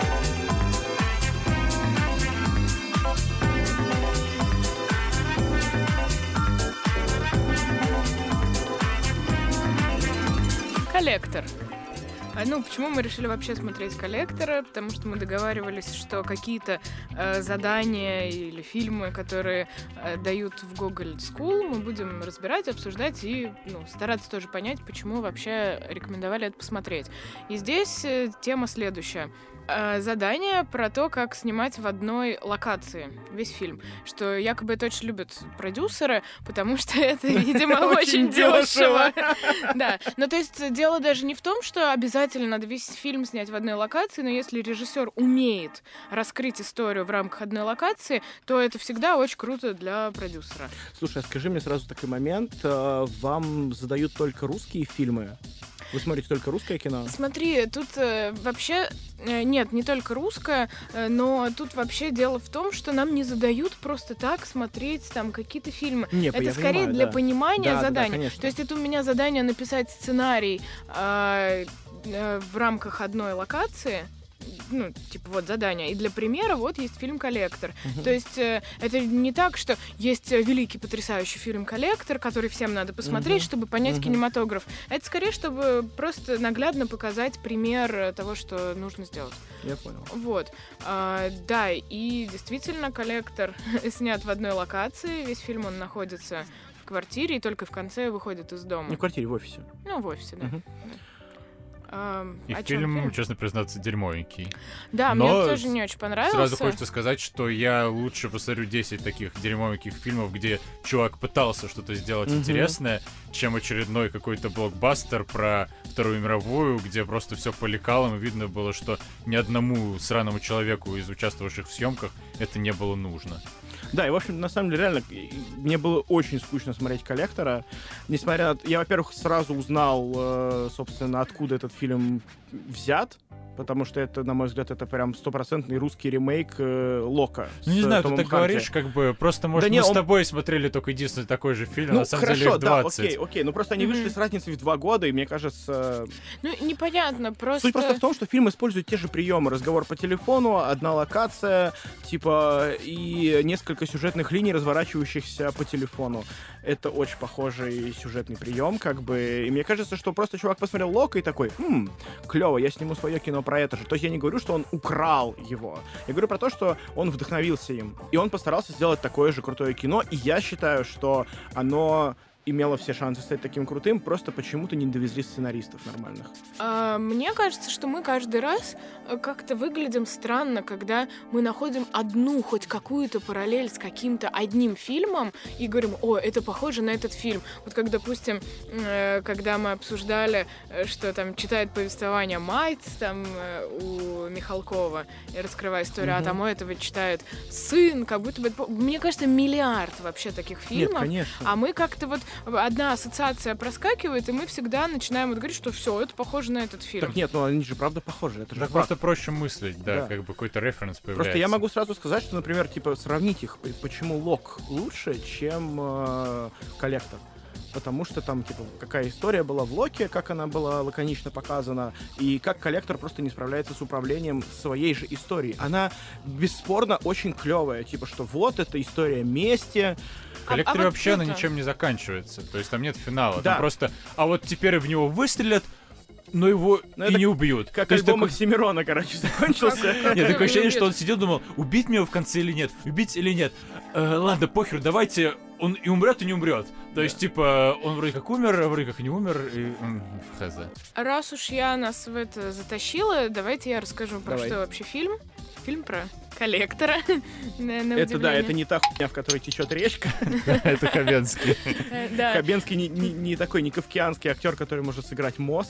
«Коллектор». Почему мы решили вообще смотреть «Коллектора»? Потому что мы договаривались, что какие-то задания или фильмы, которые дают в Google School, мы будем разбирать, обсуждать и стараться тоже понять, почему вообще рекомендовали это посмотреть. И здесь тема следующая. Задание про то, как снимать в одной локации весь фильм. Что якобы это очень любят продюсеры, потому что это, видимо, очень дешево. Да. То есть дело даже не в том, что обязательно надо весь фильм снять в одной локации, но если режиссер умеет раскрыть историю в рамках одной локации, то это всегда очень круто для продюсера. Слушай, а скажи мне сразу такой момент. Вам задают только русские фильмы? Вы смотрите только русское кино? Смотри, тут вообще... Нет, не только русское, но тут вообще дело в том, что нам не задают просто так смотреть там какие-то фильмы. Это скорее для понимания задания. То есть это у меня задание написать сценарий в рамках одной локации. Задание. И для примера вот есть фильм «Коллектор». То есть это не так, что есть великий, потрясающий фильм «Коллектор», который всем надо посмотреть, чтобы понять кинематограф. Это скорее, чтобы просто наглядно показать пример того, что нужно сделать. Я понял. Вот. Да, и действительно «Коллектор» снят в одной локации. Весь фильм он находится в квартире и только в конце выходит из дома. Не в квартире, в офисе. В офисе, да. И фильм, честно признаться, дерьмовенький. Да, мне тоже не очень понравился. Сразу хочется сказать, что я лучше посмотрю 10 таких дерьмовеньких фильмов, где чувак пытался что-то сделать интересное, чем очередной какой-то блокбастер про Вторую мировую, где просто все по лекалам, и видно было, что ни одному сраному человеку из участвовавших в съемках это не было нужно. Да, и, в общем, на самом деле, реально, мне было очень скучно смотреть «Коллектора». Несмотря на... Я, во-первых, сразу узнал, собственно, откуда этот фильм взят. Потому что это, на мой взгляд, это прям стопроцентный русский ремейк Лока. Не знаю, ты так говоришь, как бы, просто, может, мы с тобой смотрели только единственный такой же фильм, на самом деле их 20. Да, окей, просто они вышли с разницей в 2 года, и мне кажется... непонятно, просто... Суть просто в том, что фильм использует те же приемы. Разговор по телефону, одна локация, и несколько сюжетных линий, разворачивающихся по телефону. Это очень похожий сюжетный прием, и мне кажется, что просто чувак посмотрел Лока и такой, клево, я сниму свое кино про это же. То есть я не говорю, что он украл его. Я говорю про то, что он вдохновился им. И он постарался сделать такое же крутое кино. И я считаю, что оно имело все шансы стать таким крутым, просто почему-то не довезли сценаристов нормальных. Мне кажется, что мы каждый раз как-то выглядим странно, когда мы находим одну, хоть какую-то параллель с каким-то одним фильмом и говорим, это похоже на этот фильм. Вот как, допустим, когда мы обсуждали, что там читает повествование мать там у Михалкова, и раскрывая историю, а там у этого читает сын, как будто бы... Мне кажется, миллиард вообще таких фильмов. Нет, конечно. А мы как-то одна ассоциация проскакивает, и мы всегда начинаем вот говорить, что все, это похоже на этот фильм. Так нет, ну они же правда похожи. Это же Так просто проще мыслить, да, как бы какой-то референс появляется. Просто я могу сразу сказать, что, например, типа сравнить их, почему Лок лучше, чем Коллектор. Потому что там, типа, какая история была в Локе, как она была лаконично показана, и как Коллектор просто не справляется с управлением своей же историей. Она, бесспорно, очень клевая. Типа, что вот, это история мести. В Коллекторе вообще она ничем не заканчивается. То есть там нет финала. Да. Там просто, а вот теперь в него выстрелят, но его и не убьют. Как альбом Оксимирона, короче, закончился. Нет, такое ощущение, что он сидел, думал, убить меня в конце или нет, убить или нет. Ладно, похер, давайте, он и умрет, и не умрет. То есть, типа, он вроде как умер, а вроде как и не умер, и хз. Раз уж я нас в это затащила, давайте я расскажу, про что вообще фильм. Фильм про Коллектора. Это да, это не та хуйня, в которой течет речка. Это Хабенский. Хабенский не такой, не кавказский актер, который может сыграть мост.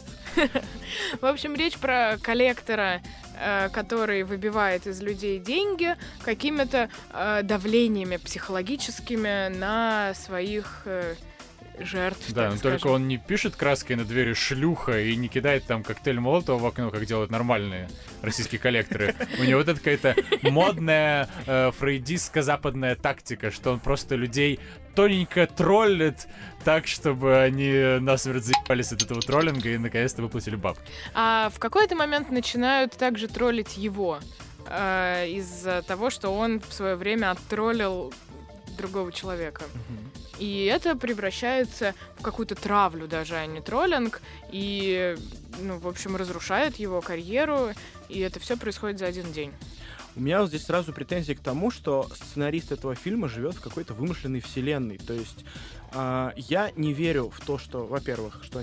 В общем, речь про Коллектора, который выбивает из людей деньги какими-то давлениями психологическими на своих жертв. Да, но только он не пишет краской на двери шлюха и не кидает там коктейль Молотова в окно, как делают нормальные российские коллекторы. У него вот это какая-то модная фрейдистско-западная тактика, что он просто людей тоненько троллит так, чтобы они насмерть заебались от этого троллинга и наконец-то выплатили бабки. А в какой-то момент начинают также троллить его из-за того, что он в свое время оттроллил другого человека. И это превращается в какую-то травлю даже, а не троллинг. И, в общем, разрушает его карьеру. И это все происходит за один день. У меня вот здесь сразу претензии к тому, что сценарист этого фильма живет в какой-то вымышленной вселенной. То есть я не верю в то, что, во-первых, что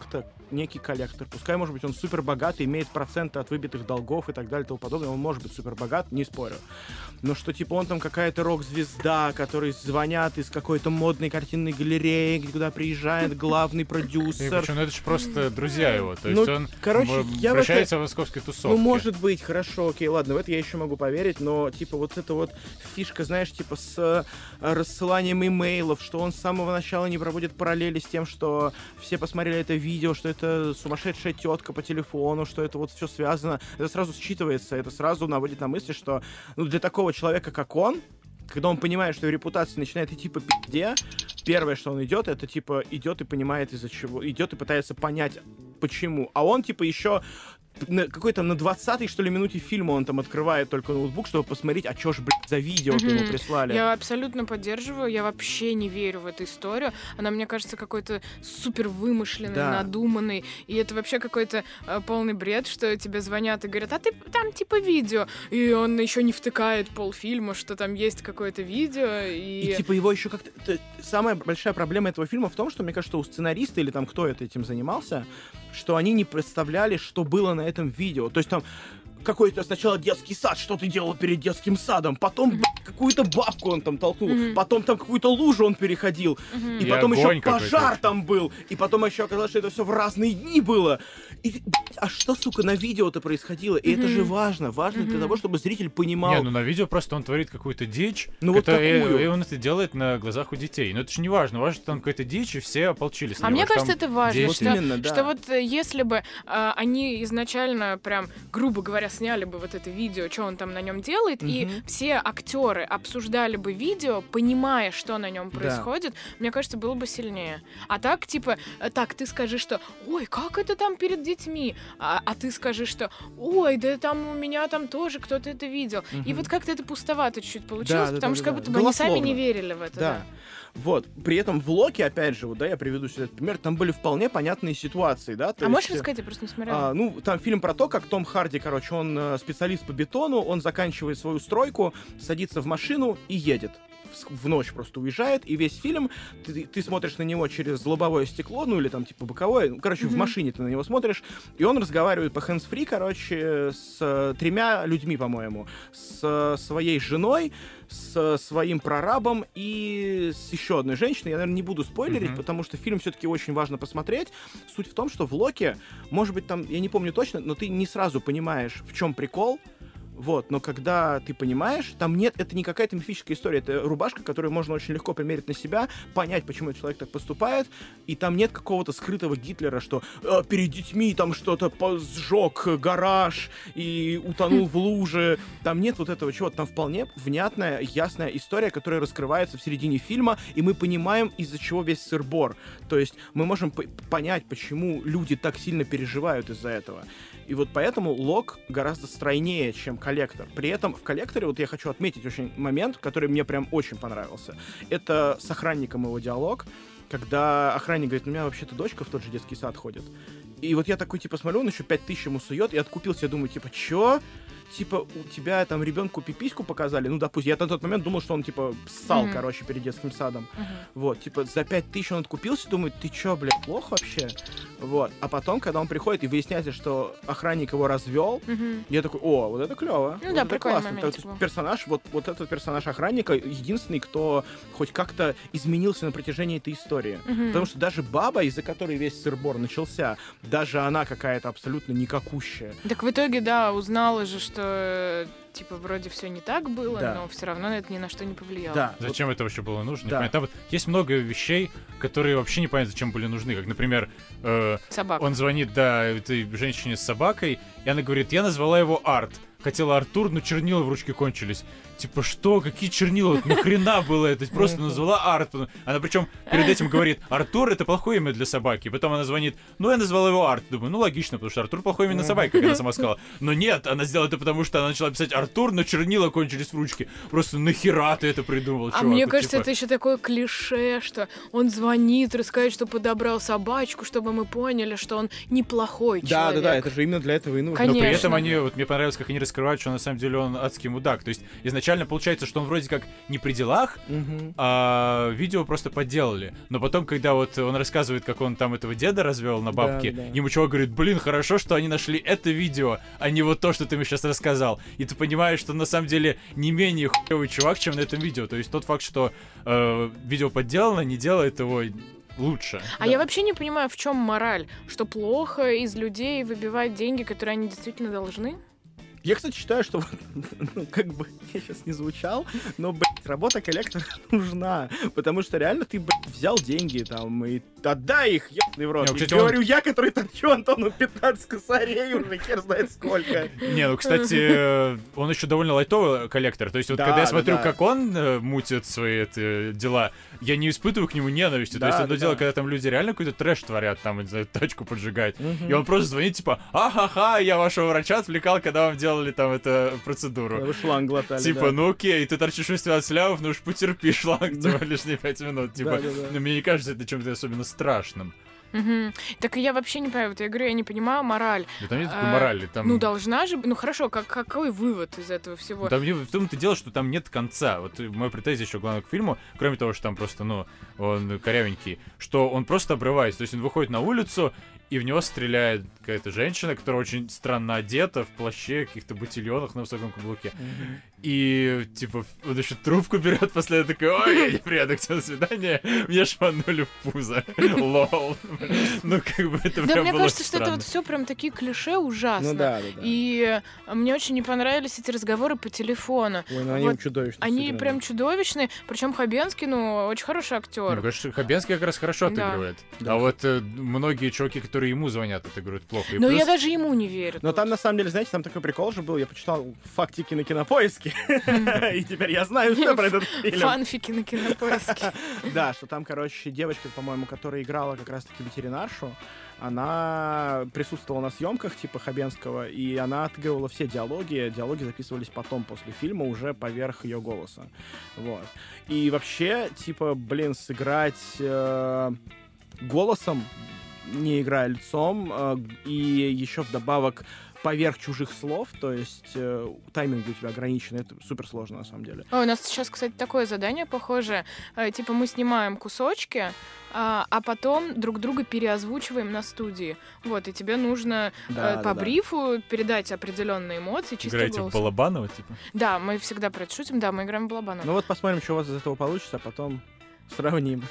некий коллектор, пускай, может быть, он супер богатый, имеет проценты от выбитых долгов и так далее и тому подобное, он может быть супер богат, не спорю. Но что, типа, он там какая-то рок-звезда, которые звонят из какой-то модной картинной галереи, куда приезжает главный продюсер. Причем, это же просто друзья его, то есть он вращается в московской тусовке. Ну, может быть, хорошо, окей, ладно, в это я еще могу поверить, но, типа, вот эта вот фишка, знаешь, типа, с рассыланием имейлов, что он с самого начала не проводит параллели с тем, что все посмотрели это видео, что это сумасшедшая тетка по телефону, что это вот все связано, это сразу считывается, это сразу наводит на мысли, что для такого человека, как он, когда он понимает, что его репутация начинает идти по пизде, первое, что он идет, это типа идет и понимает из-за чего, идет и пытается понять, почему. А он типа еще на 20-й, что ли, минуте фильма он там открывает только ноутбук, чтобы посмотреть, а чё ж, блядь, за видео ему прислали. Я абсолютно поддерживаю, я вообще не верю в эту историю. Она, мне кажется, какой-то супер вымышленный, надуманный. И это вообще какой-то полный бред, что тебе звонят и говорят, а ты там типа видео. И он еще не втыкает полфильма, что там есть какое-то видео. И типа его еще как-то... Самая большая проблема этого фильма в том, что, мне кажется, у сценариста или там кто этим занимался, что они не представляли, что было на этом видео. То есть там какой-то сначала детский сад, что ты делал перед детским садом, потом какую-то бабку он там толкнул, потом там какую-то лужу он переходил, и потом еще пожар там был, и потом еще оказалось, что это все в разные дни было. И, а что, сука, на видео-то происходило? И это же важно для того, чтобы зритель понимал. Не, на видео просто он творит какую-то дичь, вот и он это делает на глазах у детей. Но это же не важно, важно, что там какая-то дичь, и все ополчились на него. А мне кажется, это важно, вот что вот если бы они изначально прям, грубо говоря, сняли бы вот это видео, что он там на нем делает, и все актеры обсуждали бы видео, понимая, что на нем происходит, мне кажется, было бы сильнее. А так, типа, ты скажи, что ой, как это там перед детьми, а ты скажи, что ой, да там у меня там тоже кто-то это видел. И вот как-то это пустовато чуть-чуть получилось, потому что как будто бы они сами не верили в это. Да. Вот. При этом в Локи, опять же, я приведу сюда этот пример, там были вполне понятные ситуации, да? Можешь рассказать? Я просто не смотрела. Там фильм про то, как Том Харди, он специалист по бетону, он заканчивает свою стройку, садится в машину и едет. В ночь просто уезжает, и весь фильм ты смотришь на него через лобовое стекло, или там типа боковое, в машине ты на него смотришь, и он разговаривает по hands-free, с 3 людьми, по-моему, с своей женой, с своим прорабом и с еще одной женщиной. Я, наверное, не буду спойлерить, потому что фильм все-таки очень важно посмотреть. Суть в том, что в Локи, может быть, там, я не помню точно, но ты не сразу понимаешь, в чем прикол. Вот, но когда ты понимаешь, там нет, это не какая-то мифическая история, это рубашка, которую можно очень легко примерить на себя, понять, почему этот человек так поступает, и там нет какого-то скрытого Гитлера, что перед детьми там что-то сжег гараж и утонул в луже. Там нет вот этого чего-то, там вполне внятная, ясная история, которая раскрывается в середине фильма, и мы понимаем, из-за чего весь сыр-бор. То есть мы можем понять, почему люди так сильно переживают из-за этого. И вот поэтому Лок гораздо стройнее, чем Коллектор. При этом в Коллекторе, вот я хочу отметить очень момент, который мне прям очень понравился. Это с охранником его диалог, когда охранник говорит, у меня вообще-то дочка в тот же детский сад ходит. И вот я такой, типа, смотрю, он еще 5000 ему сует, и откупился, я думаю, типа, чё? Типа, у тебя там ребенку пипиську показали, ну, допустим, я на тот момент думал, что он, типа, ссал, короче, перед детским садом. Вот, типа, за 5000 он откупился, думаю, ты чё, блядь, плохо вообще? Вот, а потом, когда он приходит и выясняется, что охранник его развел, я такой, о, вот это клево. Ну вот да, это прикольный классно. момент. Персонаж, вот этот персонаж охранника единственный, кто хоть как-то изменился на протяжении этой истории. Потому что даже баба, из-за которой весь сыр-бор начался, даже она какая-то абсолютно никакущая. Так в итоге, да, узнала же, что типа вроде все не так было, Да. но все равно это ни на что не повлияло. Да. Зачем это вообще было нужно? Да. Там вот есть много вещей, которые вообще непонятно, зачем были нужны. Как, например, Собака. он звонит, да, этой женщине с собакой, и она говорит, я назвала его Арт. Хотела Артур, но чернила в ручке кончились. Типа, что? Какие чернила? Вот нахрена было это? Просто назвала Арт. Она причем перед этим говорит, Артур — это плохое имя для собаки. Потом она звонит, ну, я назвала его Арт. Думаю, ну, логично, потому что Артур — плохое имя на собаке, как она сама сказала. Но нет, она сделала это потому, что она начала писать Артур, но чернила кончились в ручке. Просто нахера ты это придумал, чувак? Мне Вот, кажется, типа, это еще такое клише, что он звонит, рассказывает, что подобрал собачку, чтобы мы поняли, что он неплохой человек. Да, это же именно для этого и нужно. Конечно. Но при этом они, вот мне понравилось, как они раскрывают, что на самом деле он адский мудак. То есть изначально получается, что он вроде как не при делах, а видео просто подделали. Но потом, когда вот он рассказывает, как он там этого деда развел на бабке, Да. ему чувак говорит, блин, хорошо, что они нашли это видео, а не вот то, что ты мне сейчас рассказал. И ты понимаешь, что на самом деле не менее хуёвый чувак, чем на этом видео. То есть тот факт, что видео подделано, не делает его лучше. А я вообще не понимаю, в чем мораль, что плохо из людей выбивать деньги, которые они действительно должны? Я, кстати, считаю, что, ну, как бы, я сейчас не звучал, но, блядь, работа коллектора нужна, потому что реально ты, блядь, взял деньги там и отдай их, ебаный в рот. Не, кстати, Говорю я, который торчу Антону 15 косарей уже, хер знает сколько. Не, ну, кстати, он еще довольно лайтовый коллектор. То есть, вот Да, когда я смотрю, да. как он мутит свои дела, я не испытываю к нему ненависти. То Да, есть, одно да, дело, да. когда там люди реально какой-то трэш творят, там, не знаю, тачку поджигают. И он просто звонит, типа, ха-ха, я вашего врача отвлекал, когда вам делали там эту процедуру. Вы шланг глотали, Типа, да. ну окей, ты торчишь 18 лямов, ну уж потерпи шланг, типа, лишние 5 минут. Типа, Да. ну, мне не кажется это чем-то особенно страшным. Мгм. Так и я вообще не понимаю, вот я говорю, я не понимаю мораль. Да там нет такой морали. Там... Ну, должна же... Ну, хорошо, какой вывод из этого всего? Там в том-то дело, что там нет конца. Вот моя претензия еще главное к фильму, кроме того, что там просто, ну, он корявенький, что он просто обрывается. То есть он выходит на улицу, и в него стреляет какая-то женщина, которая очень странно одета, в плаще, каких-то ботильонах на высоком каблуке. И, типа, он еще трубку берет, после этого такой, ой, я не приеду к тебе на свидание, мне шванули в пузо. Лол. Ну, как бы это Да, прям мне было кажется, что это странно. вот все прям такие клише ужасно. Ну да. И мне очень не понравились эти разговоры по телефону. Ой, ну они Вот чудовищно Они сыграны. прям чудовищные. Причем Хабенский, ну, очень хороший Мне актер. кажется, Хабенский как раз хорошо Да. отыгрывает. Да. А вот многие чуваки, которые ему звонят, отыгрывают плохо. И Но плюс- я даже ему не верю. Но тут. там, на самом деле, знаете, там такой прикол же был, я почитал фактики на Кинопоиске, и теперь я знаю все про этот фильм. Фанфики на Кинопоиске. Да, что там, короче, девочка, по-моему, которая играла как раз-таки ветеринаршу, она присутствовала на съемках типа Хабенского, и она отыгрывала все диалоги. Диалоги записывались потом, после фильма, уже поверх ее голоса. Вот. И вообще, типа, блин, сыграть голосом, не играя лицом, и еще вдобавок поверх чужих слов, то есть тайминг у тебя ограничен, это супер сложно на самом деле. Ой, у нас сейчас, кстати, такое задание похожее. Типа мы снимаем кусочки, а потом друг друга переозвучиваем на студии. Вот, и тебе нужно по брифу передать определенные эмоции, чисто Играете в голосом. Балабанова, типа? Да, мы всегда про это шутим, да, мы играем в Балабанова. Ну вот посмотрим, что у вас из этого получится, а потом... Сравним.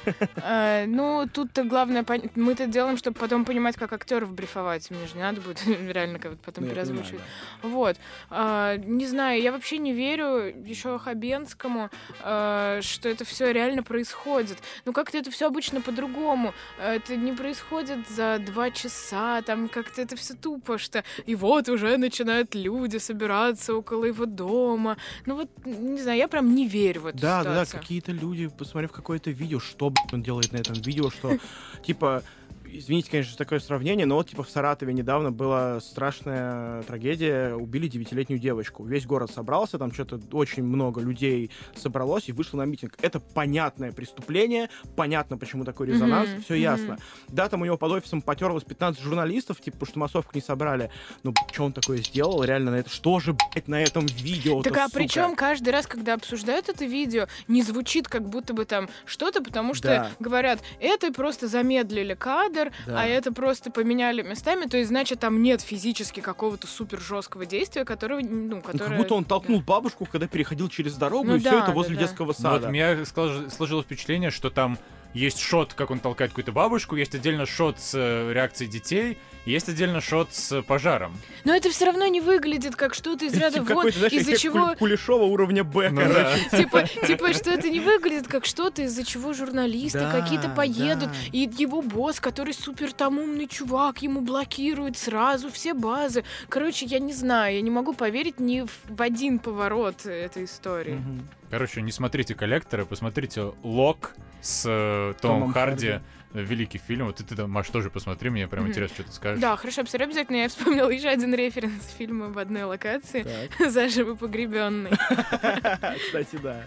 Ну, тут-то главное, мы-то делаем, чтобы потом понимать, как актеров брифовать. Мне же не надо будет реально как-то потом переозвучивать. Вот. Не знаю, я вообще не верю еще Хабенскому, что это все реально происходит. Ну, как-то это все обычно по-другому. Это не происходит за 2 часа, там как-то это все тупо, что и вот уже начинают люди собираться около его дома. Ну вот, не знаю, я прям не верю в эту ситуацию. Да, какие-то люди, посмотрев какое-то видео, что он делает на этом видео, что типа извините, конечно, такое сравнение, но вот, типа, в Саратове недавно была страшная трагедия, убили 9-летнюю девочку. Весь город собрался, там что-то очень много людей собралось и вышло на митинг. Это понятное преступление, понятно, почему такой резонанс, все ясно. Да, там у него под офисом потерлось 15 журналистов, типа, потому что массовку не собрали. Ну, что он такое сделал реально на это? Что же, блядь, на этом видео? Так, а причем каждый раз, когда обсуждают это видео, не звучит как будто бы там что-то, потому что говорят, это просто замедлили кадр, а это просто поменяли местами, то есть, значит, там нет физически какого-то супер жесткого действия, которое, которое... Как будто он толкнул бабушку, когда переходил через дорогу, и все это возле детского сада. Вот у меня сложилось впечатление, что там есть шот, как он толкает какую-то бабушку, есть отдельно шот с реакцией детей, есть отдельно шот с пожаром. Но это все равно не выглядит как что-то из ряда вон, из-за чего... Кулешова уровня Б, Типа, что это не выглядит как что-то, из-за чего журналисты какие-то поедут, и его босс, который супер там умный чувак, ему блокирует сразу все базы. Короче, я не знаю, я не могу поверить ни в один поворот этой истории. Короче, не смотрите «Коллектора», посмотрите «Лок» с Томом Харди. Великий фильм. Вот ты, Маш, тоже посмотри, мне прям интересно, что ты скажешь. Да, хорошо, посмотри обязательно. Я вспомнила еще один референс фильма «В одной локации». «Заживо погребенный». Кстати, да.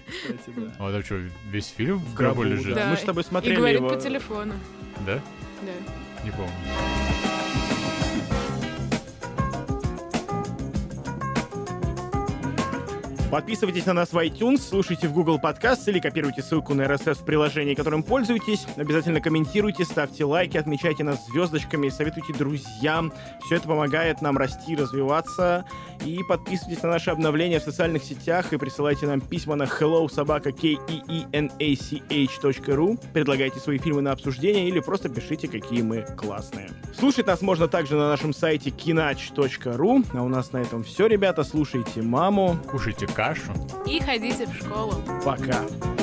А там что, весь фильм в гробу лежит? Да. Мы с тобой смотрели его. И его. говорит по телефону. Да? Да. Не помню. Подписывайтесь на нас в iTunes, слушайте в Google Podcast или копируйте ссылку на RSS в приложении, которым пользуетесь. Обязательно комментируйте, ставьте лайки, отмечайте нас звездочками, советуйте друзьям. Все это помогает нам расти, развиваться. И подписывайтесь на наши обновления в социальных сетях и присылайте нам письма на hello@keenach.ru. Предлагайте свои фильмы на обсуждение или просто пишите, какие мы классные. Слушать нас можно также на нашем сайте keenach.ru. А у нас на этом все, ребята. Слушайте маму. Кушайте кашу. И ходите в школу. Пока.